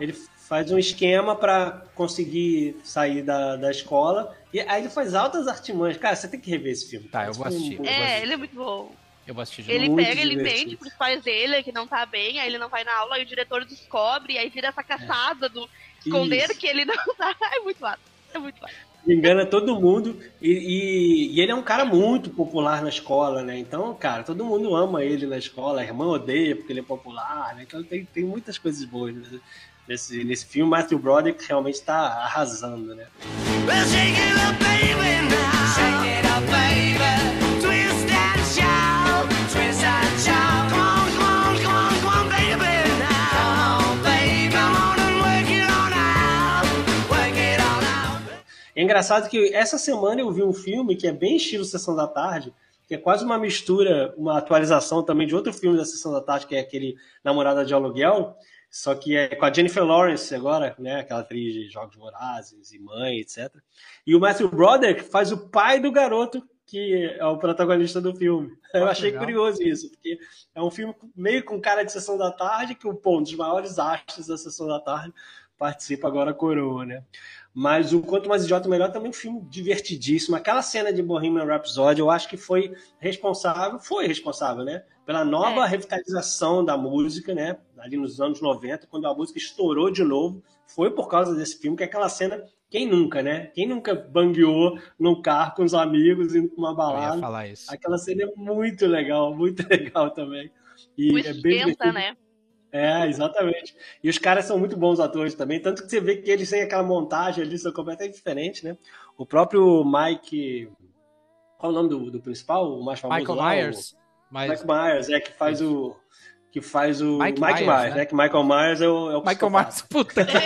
Speaker 3: faz um esquema pra conseguir sair da escola. E aí ele faz altas artimanhas. Cara, você tem que rever esse filme.
Speaker 1: Tá, eu vou assistir.
Speaker 3: Esse filme
Speaker 2: Ele é muito bom.
Speaker 1: Eu vou assistir de
Speaker 2: Ele
Speaker 1: novo.
Speaker 3: Muito
Speaker 2: pega, ele
Speaker 3: divertido.
Speaker 2: mente pros pais dele que não tá bem, aí ele não vai na aula, aí o diretor descobre, aí vira essa caçada do esconder
Speaker 3: Isso.
Speaker 2: que ele não tá. É muito massa. É muito massa.
Speaker 3: Engana todo mundo. E ele é um cara muito popular na escola, né? Então, cara, todo mundo ama ele na escola. A irmã odeia porque ele é popular, né? Então tem muitas coisas boas nesse filme. Matthew Broderick realmente tá arrasando, né?
Speaker 4: Well, shake it up, baby, now. Shake it up, baby. Twist and shout. Twist and shout. Come on, come on, come on, come on, baby, now. Come on, baby. Come on and work it on out. Work it on out.
Speaker 3: É engraçado que essa semana eu vi um filme que é bem estilo Sessão da Tarde, que é quase uma mistura, uma atualização também de outro filme da Sessão da Tarde, que é aquele Namorada de Aluguel, só que é com a Jennifer Lawrence agora, né? Aquela atriz de Jogos Vorazes e Mãe, etc. E o Matthew Broderick faz o pai do garoto, que é o protagonista do filme. Eu achei
Speaker 1: legal.
Speaker 3: curioso isso, porque é um filme meio com cara de Sessão da Tarde, que um dos maiores astros da Sessão da Tarde participa agora a coroa, né? Mas o Quanto Mais Idiota Melhor também é um filme divertidíssimo. Aquela cena de Bohemian Rhapsody, eu acho que foi responsável, né? Pela nova revitalização da música, né? Ali nos anos 90, quando a música estourou de novo, foi por causa desse filme, que é aquela cena, quem nunca, né? Quem nunca bangueou num carro com os amigos, indo pra uma
Speaker 1: Eu ia
Speaker 3: balada.
Speaker 1: falar isso.
Speaker 3: Aquela cena é muito legal também. E
Speaker 2: O
Speaker 3: é bem
Speaker 2: esquenta,
Speaker 3: divertido.
Speaker 2: né?
Speaker 3: É, exatamente. E os caras são muito bons atores também, tanto que você vê que eles têm aquela montagem ali, são completamente diferentes, né? O próprio Mike... Qual é o nome do principal? O mais famoso
Speaker 1: Michael
Speaker 3: lá?
Speaker 1: Myers.
Speaker 3: Mike Myers, que faz o...
Speaker 1: Mike
Speaker 3: Mike
Speaker 1: Myers,
Speaker 3: Myers,
Speaker 1: né?
Speaker 3: Que Michael Myers é o
Speaker 1: Michael
Speaker 3: psicopata.
Speaker 1: Myers, puta que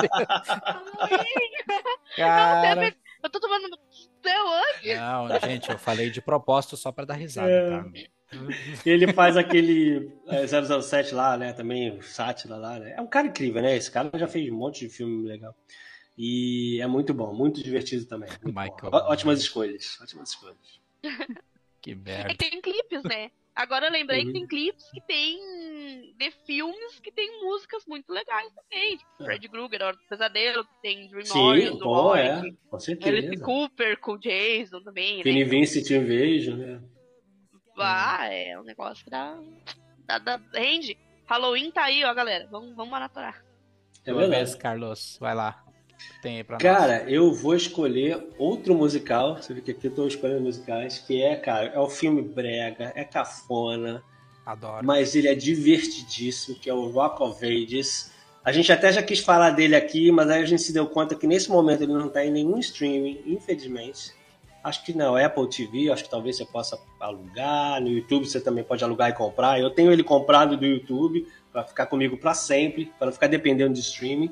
Speaker 1: cara.
Speaker 2: Eu tô tomando céu hoje.
Speaker 1: Não, gente, eu falei de propósito só pra dar risada, tá?
Speaker 3: Ele faz aquele 007 lá, né? Também, o Sátira lá, né? É um cara incrível, né? Esse cara já fez um monte de filme legal. E é muito bom, muito divertido também. Muito
Speaker 1: Michael
Speaker 3: bom. Ótimas
Speaker 1: Myers.
Speaker 3: escolhas, ótimas escolhas.
Speaker 1: Que
Speaker 2: É
Speaker 1: merda.
Speaker 2: que tem clipes, né? Agora eu lembrei
Speaker 3: Uhum.
Speaker 2: que tem clipes que tem de filmes que tem músicas muito legais também. Tipo, Fred Krueger, Hora do Pesadelo, que tem Dream Warriors,
Speaker 3: Sim,
Speaker 2: do
Speaker 3: pô,
Speaker 2: Void,
Speaker 3: com
Speaker 2: Alice
Speaker 3: certeza.
Speaker 2: Cooper com Jason também,
Speaker 3: Penny
Speaker 2: né?
Speaker 3: Vincent Invasion, né?
Speaker 2: É um negócio que rende. Halloween tá aí, ó, galera. Vamos maratonar.
Speaker 3: É
Speaker 1: Uma
Speaker 3: verdade.
Speaker 1: vez, Carlos, vai lá. Tem aí pra nós.
Speaker 3: Cara, eu vou escolher outro musical. Você vê que aqui eu tô escolhendo musicais, que é o filme brega, é cafona,
Speaker 1: Adoro.
Speaker 3: mas ele é divertidíssimo, que é o Rock of Ages. A gente até já quis falar dele aqui, mas aí a gente se deu conta que nesse momento ele não tá em nenhum streaming, infelizmente. Acho que não, Apple TV, acho que talvez você possa alugar. No YouTube você também pode alugar e comprar. Eu tenho ele comprado do YouTube para ficar comigo para sempre, para não ficar dependendo de streaming.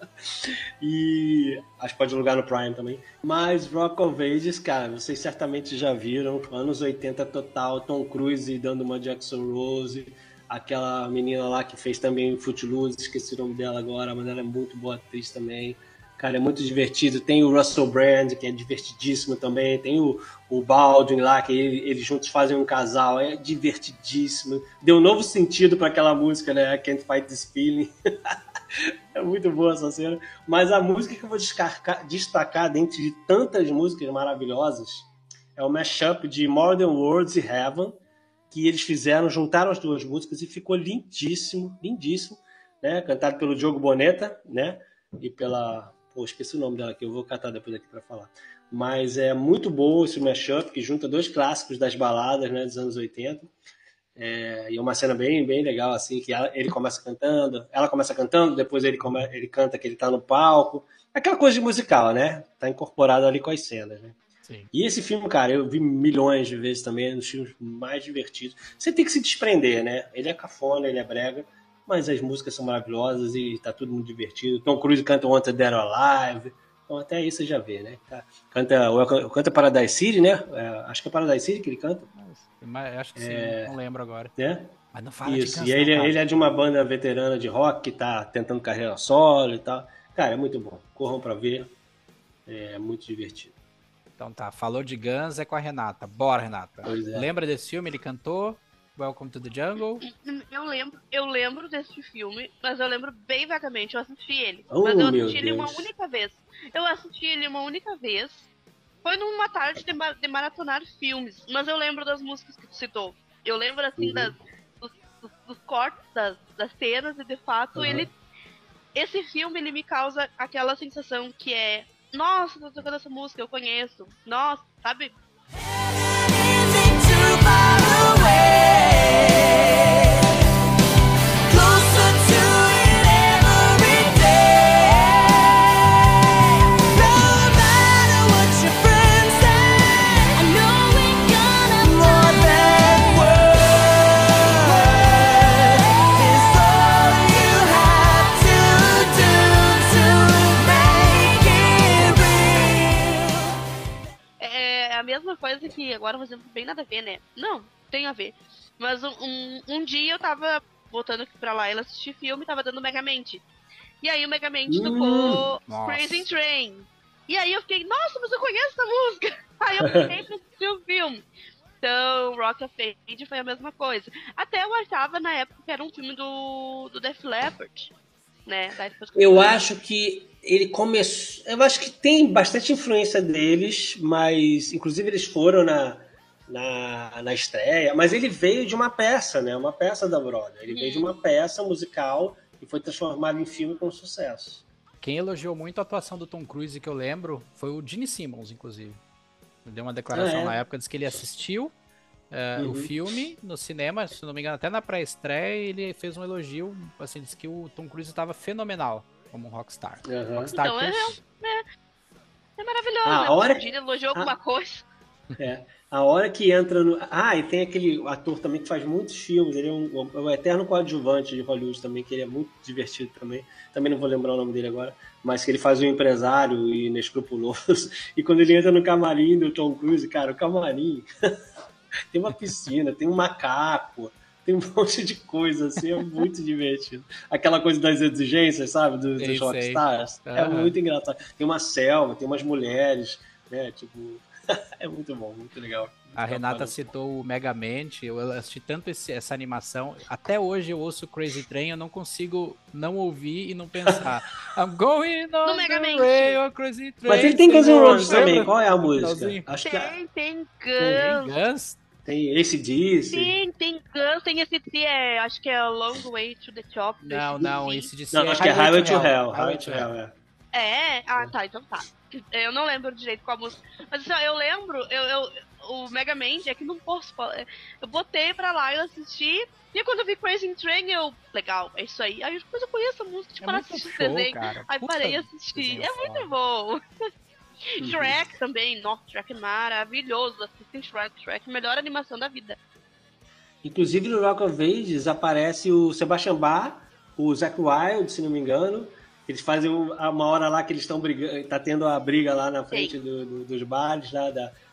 Speaker 3: E acho que pode alugar no Prime também. Mas Rock of Ages, cara, vocês certamente já viram. Anos 80 total, Tom Cruise dando uma Jackson Rose. Aquela menina lá que fez também Footloose, esqueci o nome dela agora, mas ela é muito boa atriz também. Cara, é muito divertido. Tem o Russell Brand, que é divertidíssimo também. Tem o Baldwin lá, que eles juntos fazem um casal. É divertidíssimo. Deu um novo sentido para aquela música, né? I Can't Fight This Feeling. É muito boa essa cena. Mas a música que eu vou destacar dentre de tantas músicas maravilhosas é o mashup de More Than Words e Heaven, que eles fizeram, juntaram as duas músicas e ficou lindíssimo, lindíssimo, né? Cantado pelo Diogo Boneta, né? E pela... Pô, esqueci o nome dela aqui, eu vou catar depois aqui para falar. Mas é muito bom esse mashup, que junta dois clássicos das baladas, né, dos anos 80. E é uma cena bem, bem legal, assim, que ele começa cantando, ela começa cantando, depois ele canta que ele tá no palco. Aquela coisa de musical, né? Tá incorporado ali com as cenas, né?
Speaker 1: Sim.
Speaker 3: E esse filme, cara, eu vi milhões de vezes também, é um dos filmes mais divertidos. Você tem que se desprender, né? Ele é cafona, ele é brega, mas as músicas são maravilhosas e tá tudo muito divertido. Tom Cruise canta Wanted Dead or Alive, então até aí você já vê, né? Canta Paradise City, né? Acho que é Paradise City que ele canta,
Speaker 1: Mas acho que sim, não lembro agora.
Speaker 3: né?
Speaker 1: Mas não fala
Speaker 3: Isso,
Speaker 1: de
Speaker 3: e
Speaker 1: canção,
Speaker 3: aí
Speaker 1: cara.
Speaker 3: ele é de uma banda veterana de rock que tá tentando carreira solo e tal. Cara, é muito bom. Corram pra ver. É muito divertido.
Speaker 1: Então tá, falou de Guns, é com a Renata. Bora, Renata.
Speaker 3: Pois é.
Speaker 1: Lembra desse filme? Ele cantou Welcome to the Jungle?
Speaker 2: Eu eu lembro desse filme, mas eu lembro bem vagamente, eu assisti ele.
Speaker 3: Oh,
Speaker 2: mas eu
Speaker 3: meu
Speaker 2: assisti ele uma
Speaker 3: Deus.
Speaker 2: única vez. Eu assisti ele uma única vez. Foi numa tarde de maratonar filmes, mas eu lembro das músicas que tu citou. Eu lembro, assim, dos cortes, das cenas, e de fato, esse filme, ele me causa aquela sensação que é, nossa, tô tocando essa música, eu conheço. Nossa, sabe?
Speaker 4: Isn't too far away. Closer to it every day. No matter what your friends say, I know we're gonna more than words is all you have to do to make it real.
Speaker 2: É a mesma coisa que, agora um exemplo bem nada a ver, né? Não, tem a ver. Mas um dia eu tava voltando aqui pra lá, ela assistir filme, tava dando Megamente. E aí o Megamente tocou
Speaker 1: Nossa.
Speaker 2: Crazy Train. E aí eu fiquei, nossa, mas eu conheço essa música. Aí eu fiquei pra assistir o filme. Então, Rock of Age foi a mesma coisa. Até eu achava na época que era um filme do Def Leppard, né? Daí depois que
Speaker 3: Eu acho que ele começou. Eu acho que tem bastante influência deles, mas inclusive eles foram na estreia, mas ele veio de uma peça, né? Uma peça da Broadway. Ele veio de uma peça musical e foi transformado em filme com sucesso.
Speaker 1: Quem elogiou muito a atuação do Tom Cruise, que eu lembro, foi o Gene Simmons, inclusive. Ele deu uma declaração na época, disse que ele assistiu o filme no cinema, se não me engano, até na pré-estreia, ele fez um elogio, assim, disse que o Tom Cruise estava fenomenal como um rockstar. Rockstar
Speaker 2: Então,
Speaker 1: Chris.
Speaker 2: é maravilhoso,
Speaker 3: Ah,
Speaker 2: né?
Speaker 3: a hora
Speaker 2: O
Speaker 3: que-
Speaker 2: Gene elogiou alguma coisa.
Speaker 3: A hora que entra no. Ah, e tem aquele ator também que faz muitos filmes, ele é um eterno coadjuvante de Hollywood também, que ele é muito divertido também. Também não vou lembrar o nome dele agora, mas que ele faz um empresário inescrupuloso. E quando ele entra no camarim do Tom Cruise, cara, o camarim tem uma piscina, tem um macaco, tem um monte de coisa, assim, é muito divertido. Aquela coisa das exigências, sabe, dos
Speaker 1: Sei,
Speaker 3: rockstars,
Speaker 1: sei.
Speaker 3: é
Speaker 1: Aham.
Speaker 3: muito engraçado. Tem uma selva, tem umas mulheres, né, tipo... É muito bom, muito legal.
Speaker 1: A Renata citou o Megamente, eu assisti tanto essa animação, até hoje eu ouço Crazy Train, eu não consigo não ouvir e não pensar. I'm going on the
Speaker 2: Megamente.
Speaker 1: rail, Crazy Train.
Speaker 3: Mas ele tem Guns N' Roses
Speaker 1: Lembra?
Speaker 3: também, qual é a música?
Speaker 1: Finalzinho.
Speaker 3: Acho que
Speaker 2: Tem
Speaker 1: Tem
Speaker 2: Guns,
Speaker 1: Guns?
Speaker 3: tem AC/DC.
Speaker 2: tem Guns, tem esse acho que é a Long Way to the Top. do
Speaker 1: Não,
Speaker 2: AC/DC.
Speaker 1: esse de
Speaker 3: Não, acho que é Highway to Hell. Highway to Hell, é.
Speaker 2: Tá, então tá. Eu não lembro direito qual música. Mas assim, ó, eu lembro, o Megamente é que não posso falar. Eu botei pra lá, eu assisti, e quando eu vi Crazy Train, legal, é isso aí. Aí depois eu conheço a música, tipo,
Speaker 1: É
Speaker 2: para
Speaker 1: muito
Speaker 2: assistir
Speaker 1: show,
Speaker 2: o desenho.
Speaker 1: cara.
Speaker 2: Aí
Speaker 1: Puta
Speaker 2: parei e assisti.
Speaker 1: desenho
Speaker 2: É
Speaker 1: foda.
Speaker 2: muito bom. Shrek também, nossa, Shrek é maravilhoso. Assistem Shrek, melhor animação da vida.
Speaker 3: Inclusive no Rock of Ages aparece o Sebastian Bach, o Zakk Wylde, se não me engano. Eles fazem uma hora lá que eles estão brigando, tá tendo a briga lá na frente dos bares lá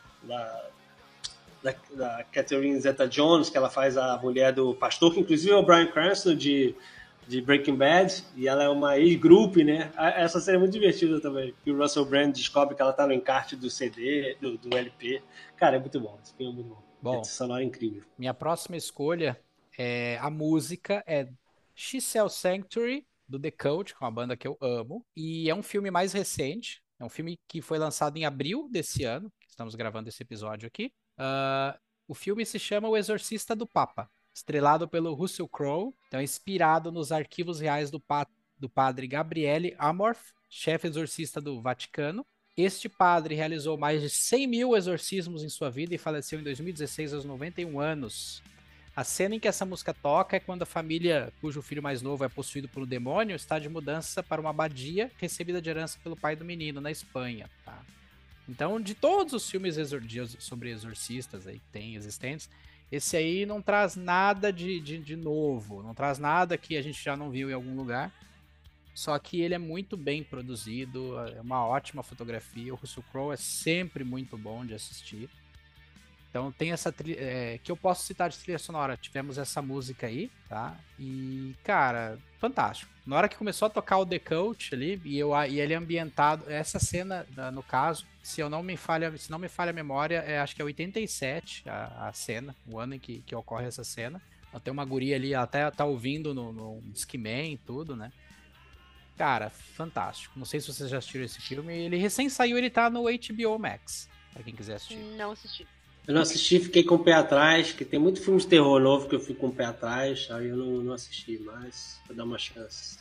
Speaker 3: da Catherine Zeta-Jones, que ela faz a mulher do pastor, que inclusive é o Bryan Cranston de Breaking Bad, e ela é uma ex-group, né? Essa cena é muito divertida também, que o Russell Brand descobre que ela tá no encarte do CD, do LP. Cara, é muito bom, esse filme é muito bom.
Speaker 1: Bom.
Speaker 3: Esse sonoro é incrível.
Speaker 1: Minha próxima escolha a música é She Sells Sanctuary, do The Cult, que é uma banda que eu amo, e é um filme mais recente, é um filme que foi lançado em abril desse ano, que estamos gravando esse episódio aqui. O filme se chama O Exorcista do Papa, estrelado pelo Russell Crowe, então é inspirado nos arquivos reais do padre Gabriele Amorth, chefe exorcista do Vaticano. Este padre realizou mais de 100 mil exorcismos em sua vida e faleceu em 2016 aos 91 anos. A cena em que essa música toca é quando a família, cujo filho mais novo é possuído por um demônio, está de mudança para uma abadia recebida de herança pelo pai do menino, na Espanha. Tá? Então, de todos os filmes sobre exorcistas aí que tem existentes, esse aí não traz nada de novo, não traz nada que a gente já não viu em algum lugar. Só que ele é muito bem produzido, é uma ótima fotografia, o Russell Crowe é sempre muito bom de assistir. Então tem essa trilha, que eu posso citar de trilha sonora, tivemos essa música aí, tá? E, cara, fantástico. Na hora que começou a tocar o The Cult ali, e ele é ambientado, essa cena, no caso, se não me falha a memória, acho que é 87 a cena, o ano em que ocorre essa cena. Até uma guria ali, até tá ouvindo no Discman e tudo, né? Cara, fantástico. Não sei se vocês já assistiram esse filme. Ele recém saiu, ele tá no HBO Max, pra quem quiser assistir.
Speaker 2: Não assisti.
Speaker 3: Eu não assisti, fiquei com o pé atrás, que tem muito filme de terror novo que eu fico com o pé atrás, aí eu não assisti, mas vou dar uma chance.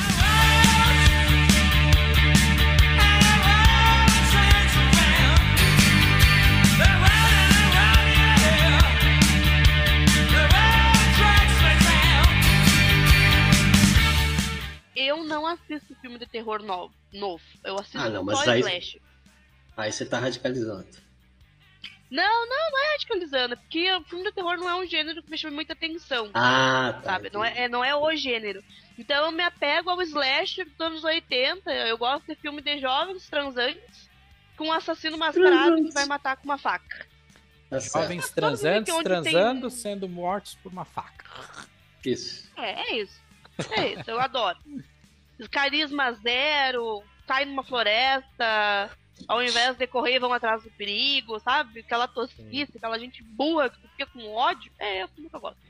Speaker 2: Eu não assisto filme de terror novo. Eu assisto
Speaker 3: Ah, não,
Speaker 2: só
Speaker 3: mas aí-
Speaker 2: slash.
Speaker 3: Aí você tá radicalizando.
Speaker 2: Não é radicalizando, porque o filme de terror não é um gênero que me chama muita atenção.
Speaker 3: Ah, tá.
Speaker 2: Sabe? Não é o gênero. Então eu me apego ao slasher dos anos 80. Eu gosto de filme de jovens transantes com um assassino mascarado que vai matar com uma faca.
Speaker 3: Tá certo.
Speaker 1: Jovens transantes
Speaker 2: onde tem-
Speaker 1: transando, sendo mortos por uma faca.
Speaker 3: Isso.
Speaker 2: É isso. É isso, eu adoro. Carisma zero, cai numa floresta, ao invés de correr vão atrás do perigo, sabe? Aquela tosquice, aquela gente burra que tu fica com ódio. É o filme que eu gosto.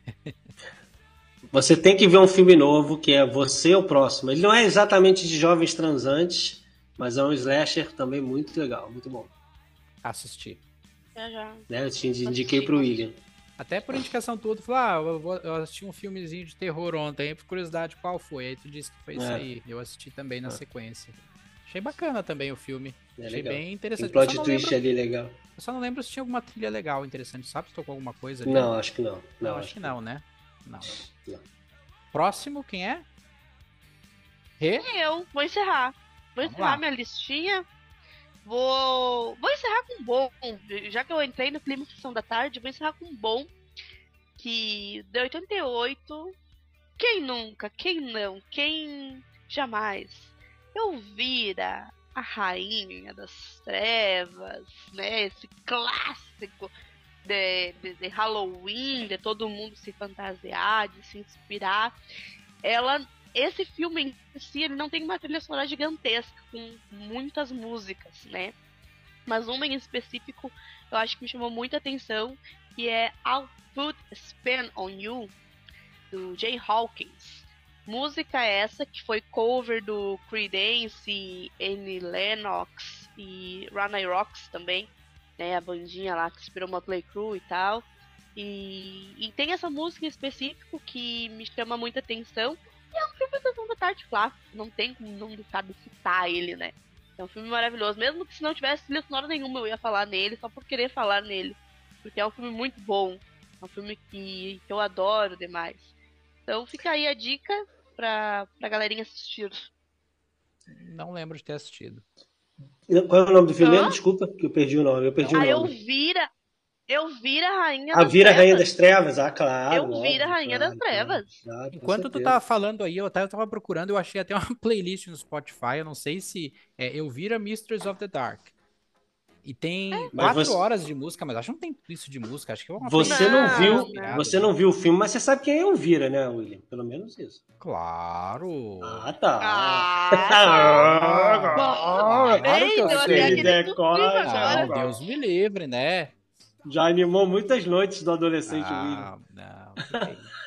Speaker 3: Você tem que ver um filme novo, que é Você o Próximo. Ele não é exatamente de jovens transantes, mas é um slasher também muito legal, muito bom.
Speaker 1: Assistir.
Speaker 2: Já.
Speaker 3: Né? Eu te indiquei pro William.
Speaker 1: Até por indicação tua, tu falou, eu assisti um filmezinho de terror ontem, aí por curiosidade qual foi, aí tu disse que foi isso aí, eu assisti também na sequência. Achei bacana também o filme,
Speaker 3: É
Speaker 1: achei
Speaker 3: legal.
Speaker 1: bem
Speaker 3: Tem
Speaker 1: interessante.
Speaker 3: plot twist ali legal.
Speaker 1: Eu só não lembro se tinha alguma trilha legal, interessante, sabe se tocou alguma coisa ali?
Speaker 3: Não, acho que não.
Speaker 1: Não, acho que não, né? Não.
Speaker 3: Não.
Speaker 1: Próximo, quem é? Rê?
Speaker 2: Eu vou encerrar.
Speaker 1: Vamos
Speaker 2: Encerrar
Speaker 1: lá.
Speaker 2: minha listinha. Vou encerrar com um bom. Já que eu entrei no clima de sessão da tarde, vou encerrar com um bom. Que de 88. Quem nunca? Quem não? Quem jamais? Elvira, a rainha das trevas, né? Esse clássico de Halloween, de todo mundo se fantasiar, de se inspirar. Esse filme em si, ele não tem uma trilha sonora gigantesca, com muitas músicas, né? Mas uma em específico, eu acho que me chamou muita atenção, que é I'll Put a Spell on You, do Jay Hawkins. Música essa que foi cover do Creedence, Annie Lennox e Runaway Rocks também, né? A bandinha lá que inspirou Motley Crue e tal. E tem essa música em específico que me chama muita atenção. E é um filme da Sessão da Tarde clássico, não tem como não deixar de citar ele, né? É um filme maravilhoso, mesmo que se não tivesse trilha sonora nenhuma eu ia falar nele, só por querer falar nele. Porque é um filme muito bom, é um filme que eu adoro demais. Então fica aí a dica pra galerinha assistir.
Speaker 1: Não lembro de ter assistido.
Speaker 3: Qual é o nome do filme
Speaker 2: Hã?
Speaker 3: mesmo? Desculpa, que eu perdi o nome. Eu perdi o
Speaker 2: A
Speaker 3: nome.
Speaker 2: Elvira, Rainha
Speaker 3: A
Speaker 2: das
Speaker 3: Vira Rainha
Speaker 2: Trevas.
Speaker 3: das Trevas, ah, claro.
Speaker 2: Elvira,
Speaker 3: óbvio,
Speaker 2: Rainha das Trevas.
Speaker 3: claro, com
Speaker 1: Enquanto tu
Speaker 3: certeza.
Speaker 1: tava falando aí, eu tava procurando, eu achei até uma playlist no Spotify, eu não sei se é Elvira Mistress of the Dark. E tem
Speaker 3: Mas
Speaker 1: 4
Speaker 3: você-
Speaker 1: horas de música, mas acho que não tem tudo isso de música, acho que é uma
Speaker 3: Você não
Speaker 2: Não,
Speaker 3: viu,
Speaker 2: não.
Speaker 3: você não viu o filme, mas você sabe quem é Elvira, né, William? Pelo menos isso.
Speaker 1: Claro.
Speaker 3: Ah, tá.
Speaker 1: Claro que eu
Speaker 2: Ei, deu
Speaker 1: sei.
Speaker 2: até aquele
Speaker 3: Decora,
Speaker 2: suspiro
Speaker 1: Ah,
Speaker 2: agora.
Speaker 1: Deus me livre, né?
Speaker 3: Já animou muitas noites do adolescente William.
Speaker 1: Não, não. que isso.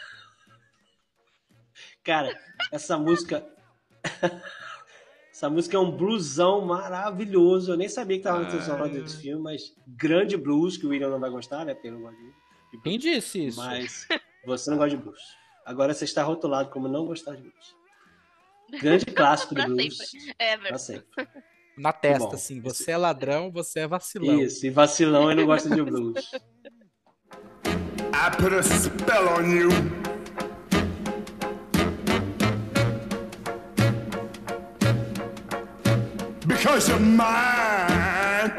Speaker 3: Cara, essa música. Essa música é um bluesão maravilhoso. Eu nem sabia que tava no trilha sonora desse filme, mas grande blues, que o William não vai gostar, né? Porque ele não gosta de blues.
Speaker 1: Quem disse isso?
Speaker 3: Mas você não gosta de blues. Agora você está rotulado como não gostar de blues. Grande clássico do
Speaker 2: Pra
Speaker 3: blues.
Speaker 2: É,
Speaker 3: Pra
Speaker 2: velho.
Speaker 3: sempre.
Speaker 1: Na testa,
Speaker 3: bom.
Speaker 1: assim. Você é ladrão, você é vacilão.
Speaker 3: Isso, e vacilão e não gosta de blues.
Speaker 5: I put a spell on you. Because you're mine.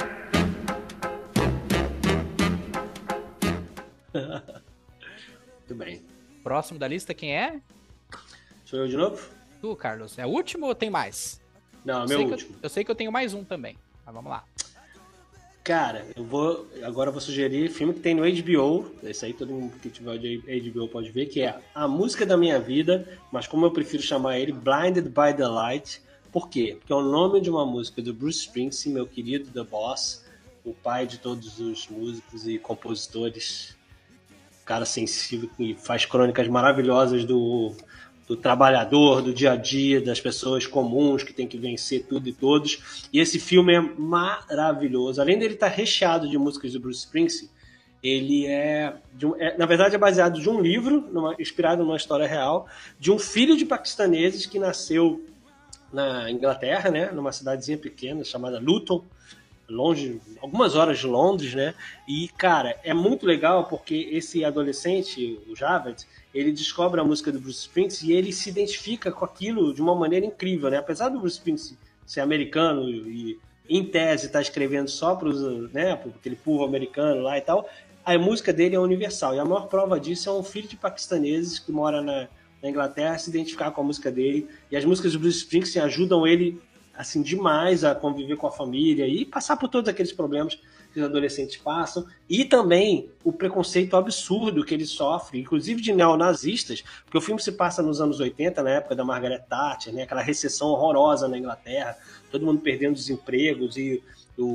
Speaker 3: Muito bem.
Speaker 1: Próximo da lista, quem é?
Speaker 3: Sou eu de novo?
Speaker 1: Tu, Carlos. É o último ou tem mais?
Speaker 3: Não,
Speaker 1: Eu
Speaker 3: meu
Speaker 1: sei que
Speaker 3: último.
Speaker 1: eu sei que eu tenho mais um também. Mas vamos lá.
Speaker 3: Cara, agora eu vou sugerir filme que tem no HBO. Esse aí todo mundo que tiver de HBO pode ver, que é A Música da Minha Vida, mas como eu prefiro chamar ele, Blinded by the Light. Por quê? Porque é o nome de uma música do Bruce Springsteen, meu querido The Boss, o pai de todos os músicos e compositores cara sensível que faz crônicas maravilhosas do trabalhador, do dia a dia, das pessoas comuns que tem que vencer tudo e todos. E esse filme é maravilhoso. Além dele estar recheado de músicas do Bruce Springsteen, ele na verdade é baseado de um livro, inspirado numa história real, de um filho de paquistaneses que nasceu na Inglaterra, né, numa cidadezinha pequena chamada Luton, longe, algumas horas de Londres, né? E, cara, é muito legal porque esse adolescente, o Javed, ele descobre a música do Bruce Springsteen e ele se identifica com aquilo de uma maneira incrível, né? Apesar do Bruce Springsteen ser americano e, em tese, estar escrevendo só para né, aquele povo americano lá e tal, a música dele é universal. E a maior prova disso é um filho de paquistaneses que mora na Inglaterra se identificar com a música dele. E as músicas do Bruce Springsteen ajudam ele assim, demais a conviver com a família e passar por todos aqueles problemas que os adolescentes passam, e também o preconceito absurdo que ele sofre, inclusive de neonazistas, porque o filme se passa nos anos 80, na época da Margaret Thatcher, né, aquela recessão horrorosa na Inglaterra, todo mundo perdendo os empregos e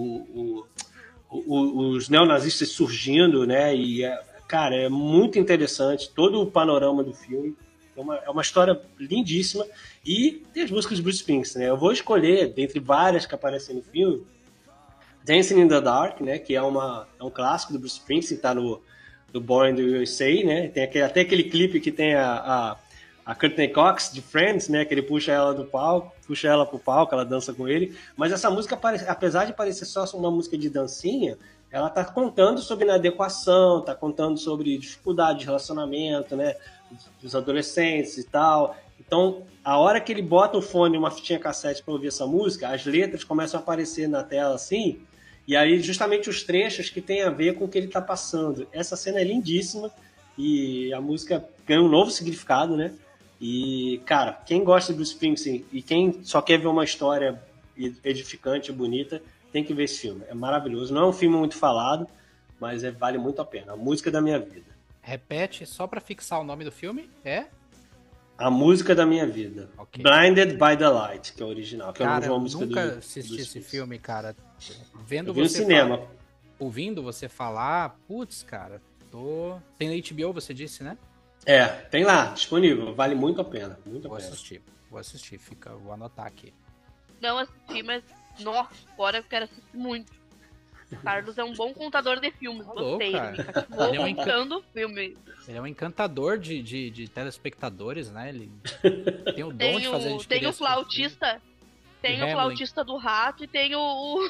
Speaker 3: os neonazistas surgindo, né, e, cara, é muito interessante todo o panorama do filme. É uma história lindíssima. E tem as músicas do Bruce Springsteen, né? Eu vou escolher, dentre várias que aparecem no filme, Dancing in the Dark, né? Que é um clássico do Bruce Springsteen, tá no Born in the USA, né? Tem até aquele clipe que tem a Courtney Cox, de Friends, né? Que ele puxa ela pro palco, ela dança com ele. Mas essa música, apesar de parecer só uma música de dancinha, ela tá contando sobre inadequação, tá contando sobre dificuldade de relacionamento, né? Dos adolescentes e tal. Então, a hora que ele bota o fone e uma fitinha cassete para ouvir essa música, as letras começam a aparecer na tela assim, e aí justamente os trechos que tem a ver com o que ele está passando. Essa cena é lindíssima e a música ganha um novo significado, né? E, cara, quem gosta do Springsteen e quem só quer ver uma história edificante e bonita, tem que ver esse filme. É maravilhoso. Não é um filme muito falado, mas vale muito a pena. A música da minha vida.
Speaker 1: Repete, só pra fixar o nome do filme, é?
Speaker 3: A música da minha vida.
Speaker 1: Okay.
Speaker 3: Blinded by the Light, que é o original. Que
Speaker 1: cara,
Speaker 3: é uma música
Speaker 1: nunca assisti esse filme, cara. Vendo
Speaker 3: eu vi
Speaker 1: você
Speaker 3: no cinema.
Speaker 1: Ouvindo você falar, putz, cara, Tem na HBO, você disse, né?
Speaker 3: É, tem lá, disponível. Vale muito a pena. Muito a pena.
Speaker 1: Vou assistir, vou anotar aqui.
Speaker 2: Não assisti, mas, nossa, agora eu quero assistir muito. O Carlos é um bom contador de filmes, gostei.
Speaker 1: Cara.
Speaker 2: Ele me contando filme.
Speaker 1: Ele é um encantador de telespectadores, né? Ele tem o dom de fazer a gente
Speaker 2: Tem o flautista. Tem o flautista do rato e tem o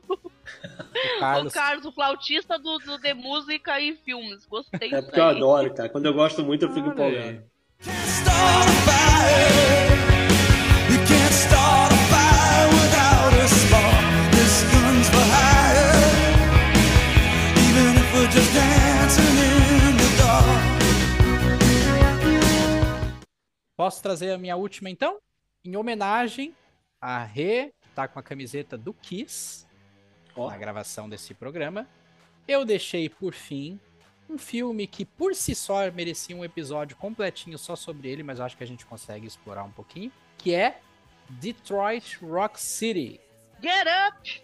Speaker 1: Carlos.
Speaker 2: O Carlos, o flautista de música e filmes. Gostei
Speaker 3: É porque eu adoro, cara. Quando eu gosto muito, eu fico empolgado.
Speaker 4: Can't start a fire. You can't start a fire without a spark. This gun's for hire. Even if we're just dancing in the dark.
Speaker 1: Posso trazer a minha última, então? Em homenagem a Rê, que tá com a camiseta do Kiss, na gravação desse programa, eu deixei, por fim, um filme que, por si só, merecia um episódio completinho só sobre ele, mas eu acho que a gente consegue explorar um pouquinho, que é Detroit Rock City.
Speaker 2: Get up!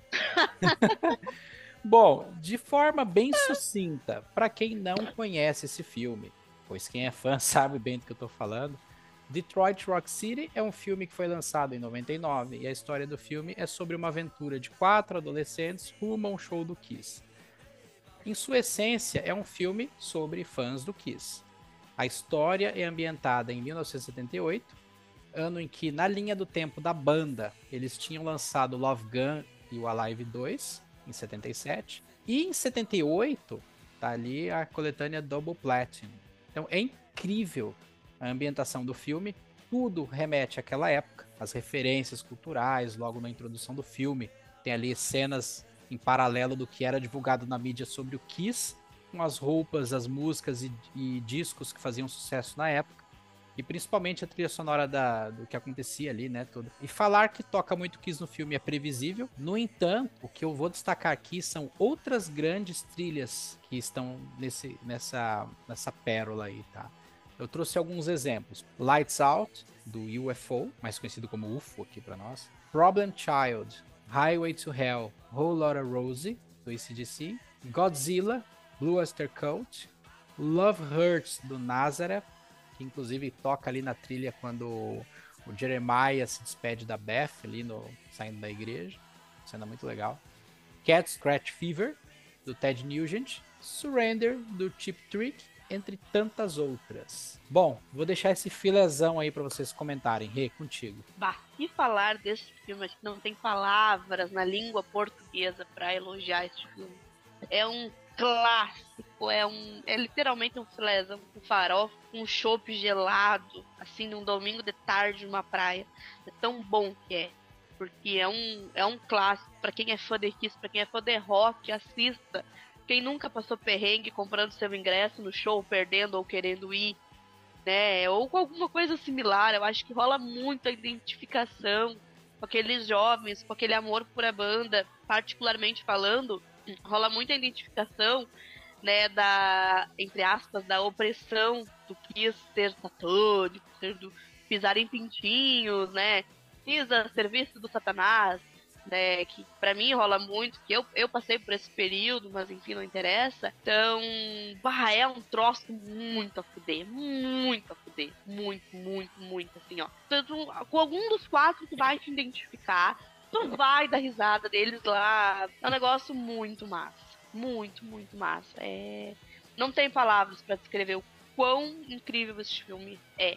Speaker 1: Bom, de forma bem sucinta, para quem não conhece esse filme, pois quem é fã sabe bem do que eu tô falando, Detroit Rock City é um filme que foi lançado em 99 e a história do filme é sobre uma aventura de 4 adolescentes rumo a um show do Kiss. Em sua essência, é um filme sobre fãs do Kiss. A história é ambientada em 1978, ano em que, na linha do tempo da banda, eles tinham lançado Love Gun e o Alive 2, em 77, e em 78 tá ali a coletânea Double Platinum. Então é incrível a ambientação do filme, tudo remete àquela época, as referências culturais, logo na introdução do filme, tem ali cenas em paralelo do que era divulgado na mídia sobre o Kiss, com as roupas, as músicas e discos que faziam sucesso na época, e principalmente a trilha sonora do que acontecia ali, né, tudo. E falar que toca muito Kiss no filme é previsível, no entanto, o que eu vou destacar aqui são outras grandes trilhas que estão nessa pérola aí, tá? Eu trouxe alguns exemplos. Lights Out, do UFO, mais conhecido como UFO aqui pra nós. Problem Child, Highway to Hell, Whole Lotta Rosie, do AC/DC. Godzilla, Blue Oyster Cult, Love Hurts, do Nazareth, que inclusive toca ali na trilha quando o Jeremiah se despede da Beth, ali saindo da igreja. Cena muito legal. Cat Scratch Fever, do Ted Nugent. Surrender, do Cheap Trick, entre tantas outras. Bom, vou deixar esse filezão aí pra vocês comentarem. Rê, contigo.
Speaker 2: Bah, e falar desse filme? Acho que não tem palavras na língua portuguesa pra elogiar esse filme. É um clássico, é literalmente um filézão com farofa, com um chopp gelado, assim, num domingo de tarde numa praia. É tão bom que é. Porque é um clássico. Pra quem é fã de Kiss, pra quem é fã de rock, assista. Quem nunca passou perrengue comprando seu ingresso no show, perdendo ou querendo ir, né? Ou com alguma coisa similar, eu acho que rola muita identificação com aqueles jovens, com aquele amor por a banda, particularmente falando, rola muita identificação, né, entre aspas, da opressão do Kiss ser satânico, pisar em pintinhos, né? Kiss a serviço do Satanás. Né, que pra mim rola muito, que eu passei por esse período, mas enfim, não interessa. Então, é um troço muito a fuder, muito, assim, ó. Então, com algum dos 4 tu vai te identificar, tu vai dar risada deles lá. É um negócio muito massa, muito massa. Não tem palavras pra descrever o quão incrível esse filme é.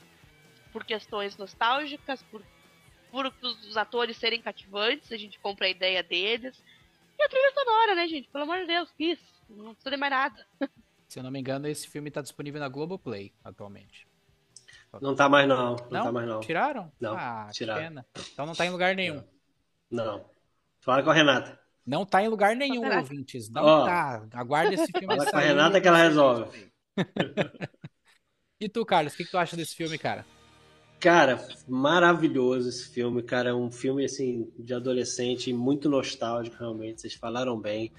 Speaker 2: Por questões nostálgicas, por os atores serem cativantes, a gente compra a ideia deles. E a trilha sonora, né, gente? Pelo amor de Deus, isso. Não precisa de mais nada.
Speaker 1: Se eu não me engano, esse filme tá disponível na Globoplay atualmente.
Speaker 3: Não tá mais não.
Speaker 1: Não?
Speaker 3: Tá mais não.
Speaker 1: Tiraram?
Speaker 3: Não,
Speaker 1: Ah,
Speaker 3: tiraram.
Speaker 1: pena. Então não tá em lugar nenhum.
Speaker 3: Não. Fala com a Renata.
Speaker 1: Não tá em lugar nenhum,
Speaker 2: Será?
Speaker 1: ouvintes. Não
Speaker 3: Ó,
Speaker 1: tá. Aguarda esse filme
Speaker 3: Fala com a
Speaker 1: sair.
Speaker 3: Renata que ela resolve.
Speaker 1: E tu, Carlos, o que tu acha desse filme, cara?
Speaker 3: Cara, maravilhoso esse filme, cara. É um filme, assim, de adolescente, muito nostálgico, realmente. Vocês falaram bem.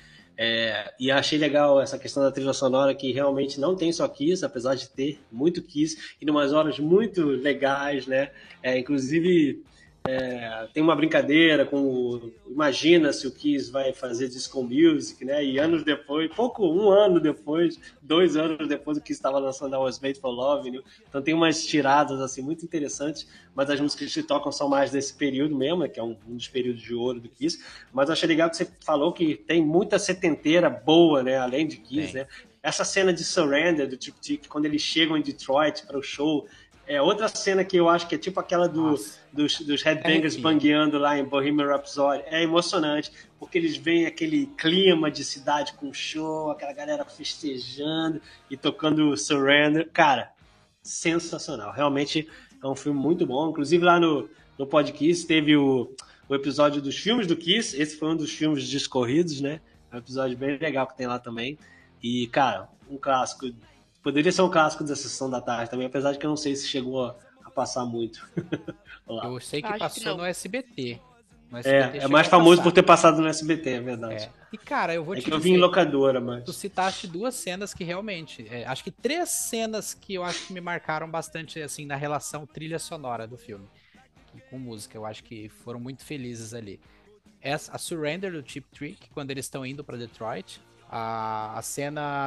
Speaker 3: E achei legal essa questão da trilha sonora, que realmente não tem só Kiss, apesar de ter muito Kiss, e umas horas muito legais, né? Inclusive, tem uma brincadeira com imagina se o Kiss vai fazer Disco Music, né? E anos depois, um ano depois, 2 anos depois, o Kiss estava lançando a Was Made for Love, né? Então tem umas tiradas assim muito interessantes, mas as músicas que tocam são mais desse período mesmo, né? Que é um dos períodos de ouro do Kiss. Mas eu achei legal que você falou que tem muita setenteira boa, né? Além de Kiss, né? Essa cena de Surrender do Tip Tick, quando eles chegam em Detroit para o show, é outra cena que eu acho que é tipo aquela dos headbangers bangueando lá em Bohemian Rhapsody. É emocionante, porque eles veem aquele clima de cidade com show, aquela galera festejando e tocando Surrender. Cara, sensacional. Realmente é um filme muito bom. Inclusive lá no podcast teve o episódio dos filmes do Kiss. Esse foi um dos filmes discorridos, né? É um episódio bem legal que tem lá também. E, cara, um clássico. Poderia ser um clássico da Sessão da Tarde também, apesar de que eu não sei se chegou a passar muito.
Speaker 1: Eu sei que
Speaker 2: Acho
Speaker 1: passou
Speaker 2: que
Speaker 1: no SBT. No
Speaker 3: É
Speaker 1: chegou
Speaker 3: mais
Speaker 1: a
Speaker 3: famoso
Speaker 1: passar.
Speaker 3: por ter passado no SBT, é verdade.
Speaker 1: E, cara, eu vou
Speaker 3: É
Speaker 1: te
Speaker 3: que eu
Speaker 1: dizer,
Speaker 3: vi em locadora, mas...
Speaker 1: tu citaste 2 cenas que realmente... acho que 3 cenas que eu acho que me marcaram bastante, assim, na relação trilha sonora do filme. Com música, eu acho que foram muito felizes ali. A Surrender do Cheap Trick, quando eles estão indo pra Detroit. A cena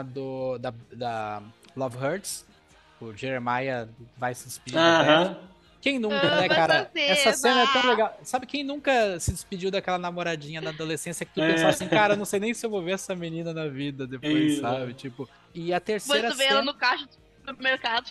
Speaker 1: da Love Hurts, o Jeremiah vai se despedir da Beth.
Speaker 3: Aham.
Speaker 1: Quem nunca, né,
Speaker 2: Amo
Speaker 1: cara?
Speaker 2: essa
Speaker 1: Essa cena é tão
Speaker 2: cena!
Speaker 1: legal. Sabe quem nunca se despediu daquela namoradinha na adolescência que tu pensava assim, cara, não sei nem se eu vou ver essa menina na vida depois,
Speaker 3: Isso.
Speaker 1: sabe? Tipo, e a
Speaker 2: Mas
Speaker 1: terceira
Speaker 2: tu vê ela
Speaker 1: cena...
Speaker 2: no caixa do supermercado.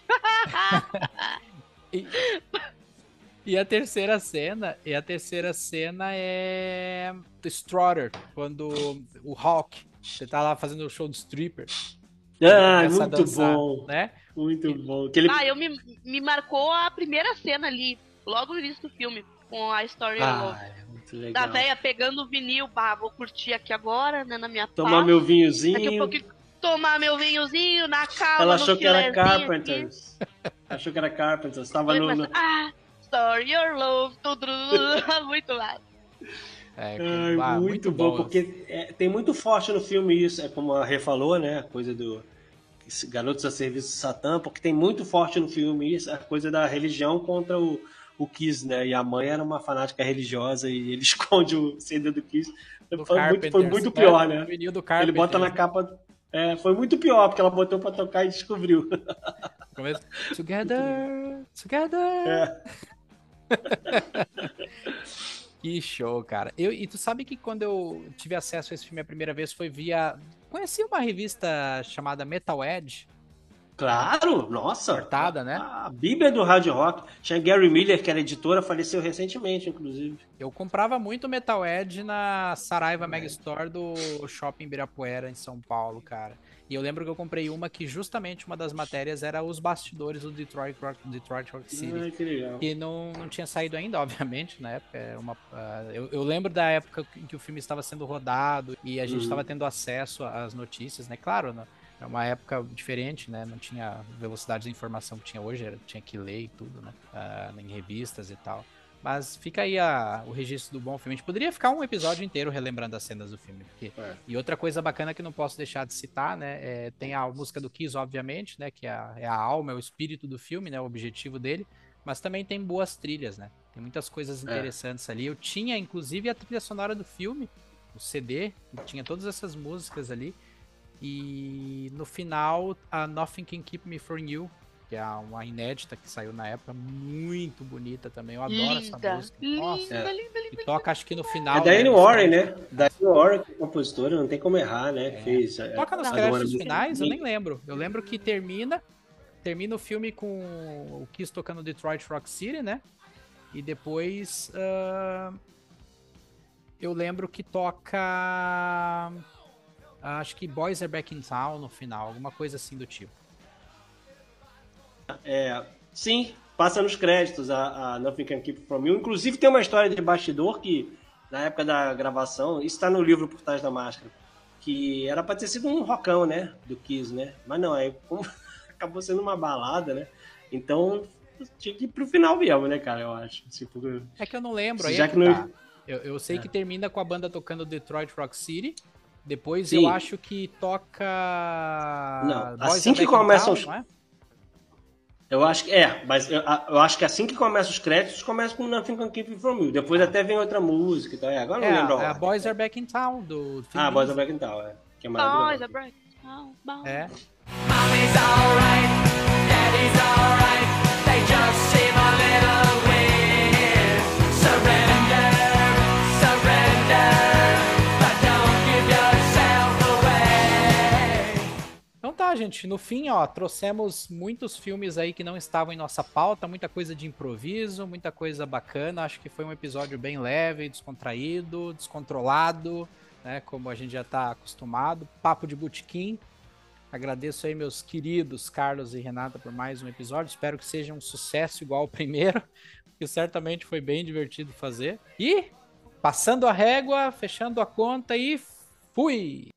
Speaker 1: E a terceira cena é do Strutter, quando o Hawk, você tá lá fazendo o show do stripper. Começa a
Speaker 3: Muito
Speaker 1: dançar,
Speaker 3: bom.
Speaker 1: né?
Speaker 3: Muito bom. Aquele...
Speaker 2: Me marcou a primeira cena ali, logo no início do filme, com a Story of Love.
Speaker 3: é muito
Speaker 2: Da
Speaker 3: legal.
Speaker 2: véia pegando o vinil, vou curtir aqui agora, né, na minha
Speaker 3: Tomar
Speaker 2: paz.
Speaker 3: meu
Speaker 2: Daqui a
Speaker 3: vinhozinho.
Speaker 2: pouquinho, tomar meu vinhozinho na calma,
Speaker 3: Ela
Speaker 2: no
Speaker 3: achou que era
Speaker 2: filezinho
Speaker 3: Carpenters. Achou que era Carpenters. Tava
Speaker 2: aqui.
Speaker 3: no...
Speaker 2: Começa, Story of Love, tudo, muito mais.
Speaker 3: Muito bom, porque tem muito forte no filme isso, é como a Rê falou, né, a coisa do garotos a serviço de Satã, porque tem muito forte no filme isso, a coisa da religião contra o Kiss, né, e a mãe era uma fanática religiosa e ele esconde o CD do Kiss,
Speaker 1: Do
Speaker 3: foi
Speaker 1: Carpenters,
Speaker 3: muito pior, né,
Speaker 1: O vinil do
Speaker 3: ele
Speaker 1: Carpenters.
Speaker 3: bota na capa, Foi muito pior, porque ela botou pra tocar e descobriu.
Speaker 1: Começo, together, together.
Speaker 3: É.
Speaker 1: Que show, cara. E tu sabe que quando eu tive acesso a esse filme a primeira vez foi via... Conheci uma revista chamada Metal Edge,
Speaker 3: Claro, nossa.
Speaker 1: cortada, né?
Speaker 3: A Bíblia do Hard Rock. Tinha Gary Miller, que era editora, faleceu recentemente, inclusive.
Speaker 1: Eu comprava muito Metal Edge na Saraiva Mag Store do Shopping Ibirapuera, em São Paulo, cara. E eu lembro que eu comprei uma que justamente uma das matérias era os bastidores do Detroit Rock City.
Speaker 3: Ai, que legal.
Speaker 1: Que não tinha saído ainda, obviamente, na época. Eu lembro da época em que o filme estava sendo rodado e a gente estava tendo acesso às notícias, né? Claro, né? É uma época diferente, né? Não tinha velocidade de informação que tinha hoje, tinha que ler e tudo, né? Em revistas e tal. Mas fica aí o registro do bom filme. A gente poderia ficar um episódio inteiro relembrando as cenas do filme. Porque... E outra coisa bacana que não posso deixar de citar, né? Tem a música do Kiss, obviamente, né? Que é a alma, é o espírito do filme, né? O objetivo dele. Mas também tem boas trilhas, né? Tem muitas coisas interessantes ali. Eu tinha, inclusive, a trilha sonora do filme, o CD, que tinha todas essas músicas ali. E no final, a Nothing Can Keep Me From You, que é uma inédita que saiu na época, muito bonita também. Eu adoro essa música. Nossa,
Speaker 2: Linda.
Speaker 1: e toca acho que no final.
Speaker 3: É da Diane
Speaker 1: no
Speaker 3: Warren,
Speaker 1: final.
Speaker 3: né? Da Diane Warren, que é compositora, não tem como errar, né? Fez.
Speaker 1: Toca nos
Speaker 3: a
Speaker 1: créditos
Speaker 3: Dora-
Speaker 1: finais, eu nem lembro. Eu lembro que termina o filme com o Kiss tocando Detroit Rock City, né? E depois eu lembro que toca acho que Boys Are Back in Town no final, alguma coisa assim do tipo.
Speaker 3: Sim, passa nos créditos a Nothing Can Keep From You. Inclusive tem uma história de bastidor que, na época da gravação, isso está no livro Por Trás da Máscara, que era pra ter sido um rockão, né? Do Kiss, né? Mas não, aí acabou sendo uma balada, né? Então tinha que ir pro final mesmo, né, cara? Eu acho. Tipo,
Speaker 1: É que eu não lembro, aí
Speaker 3: já
Speaker 1: é
Speaker 3: que
Speaker 1: que
Speaker 3: não-
Speaker 1: tá. Eu sei que termina com a banda tocando Detroit Rock City. Depois
Speaker 3: Sim.
Speaker 1: eu acho que toca.
Speaker 3: Não,
Speaker 1: Boys
Speaker 3: assim
Speaker 1: Are
Speaker 3: que
Speaker 1: Back in
Speaker 3: começam
Speaker 1: Town,
Speaker 3: os-
Speaker 1: não é?
Speaker 3: Eu acho que mas eu acho que assim que começa os créditos, começa com Nothing Can Keep Me From You. Depois até vem outra música e tal. Agora eu não lembro a
Speaker 1: É a
Speaker 3: ordem.
Speaker 1: Boys Are Back in Town do Thin
Speaker 3: Boys
Speaker 1: Lizzy.
Speaker 3: Are Back in Town, que é
Speaker 2: Boys
Speaker 3: maravilhoso.
Speaker 2: are bright. Oh,
Speaker 1: É.
Speaker 4: Mommy's alright, daddy's alright, they just seem a little weird. Surrender, but don't give yourself away.
Speaker 1: Então tá, gente. No fim, ó, trouxemos muitos filmes aí que não estavam em nossa pauta, muita coisa de improviso, muita coisa bacana. Acho que foi um episódio bem leve, descontraído, descontrolado, né? Como a gente já tá acostumado. Papo de botequim. Agradeço aí meus queridos Carlos e Renata por mais um episódio. Espero que seja um sucesso igual ao primeiro, que certamente foi bem divertido fazer. E passando a régua, fechando a conta e fui!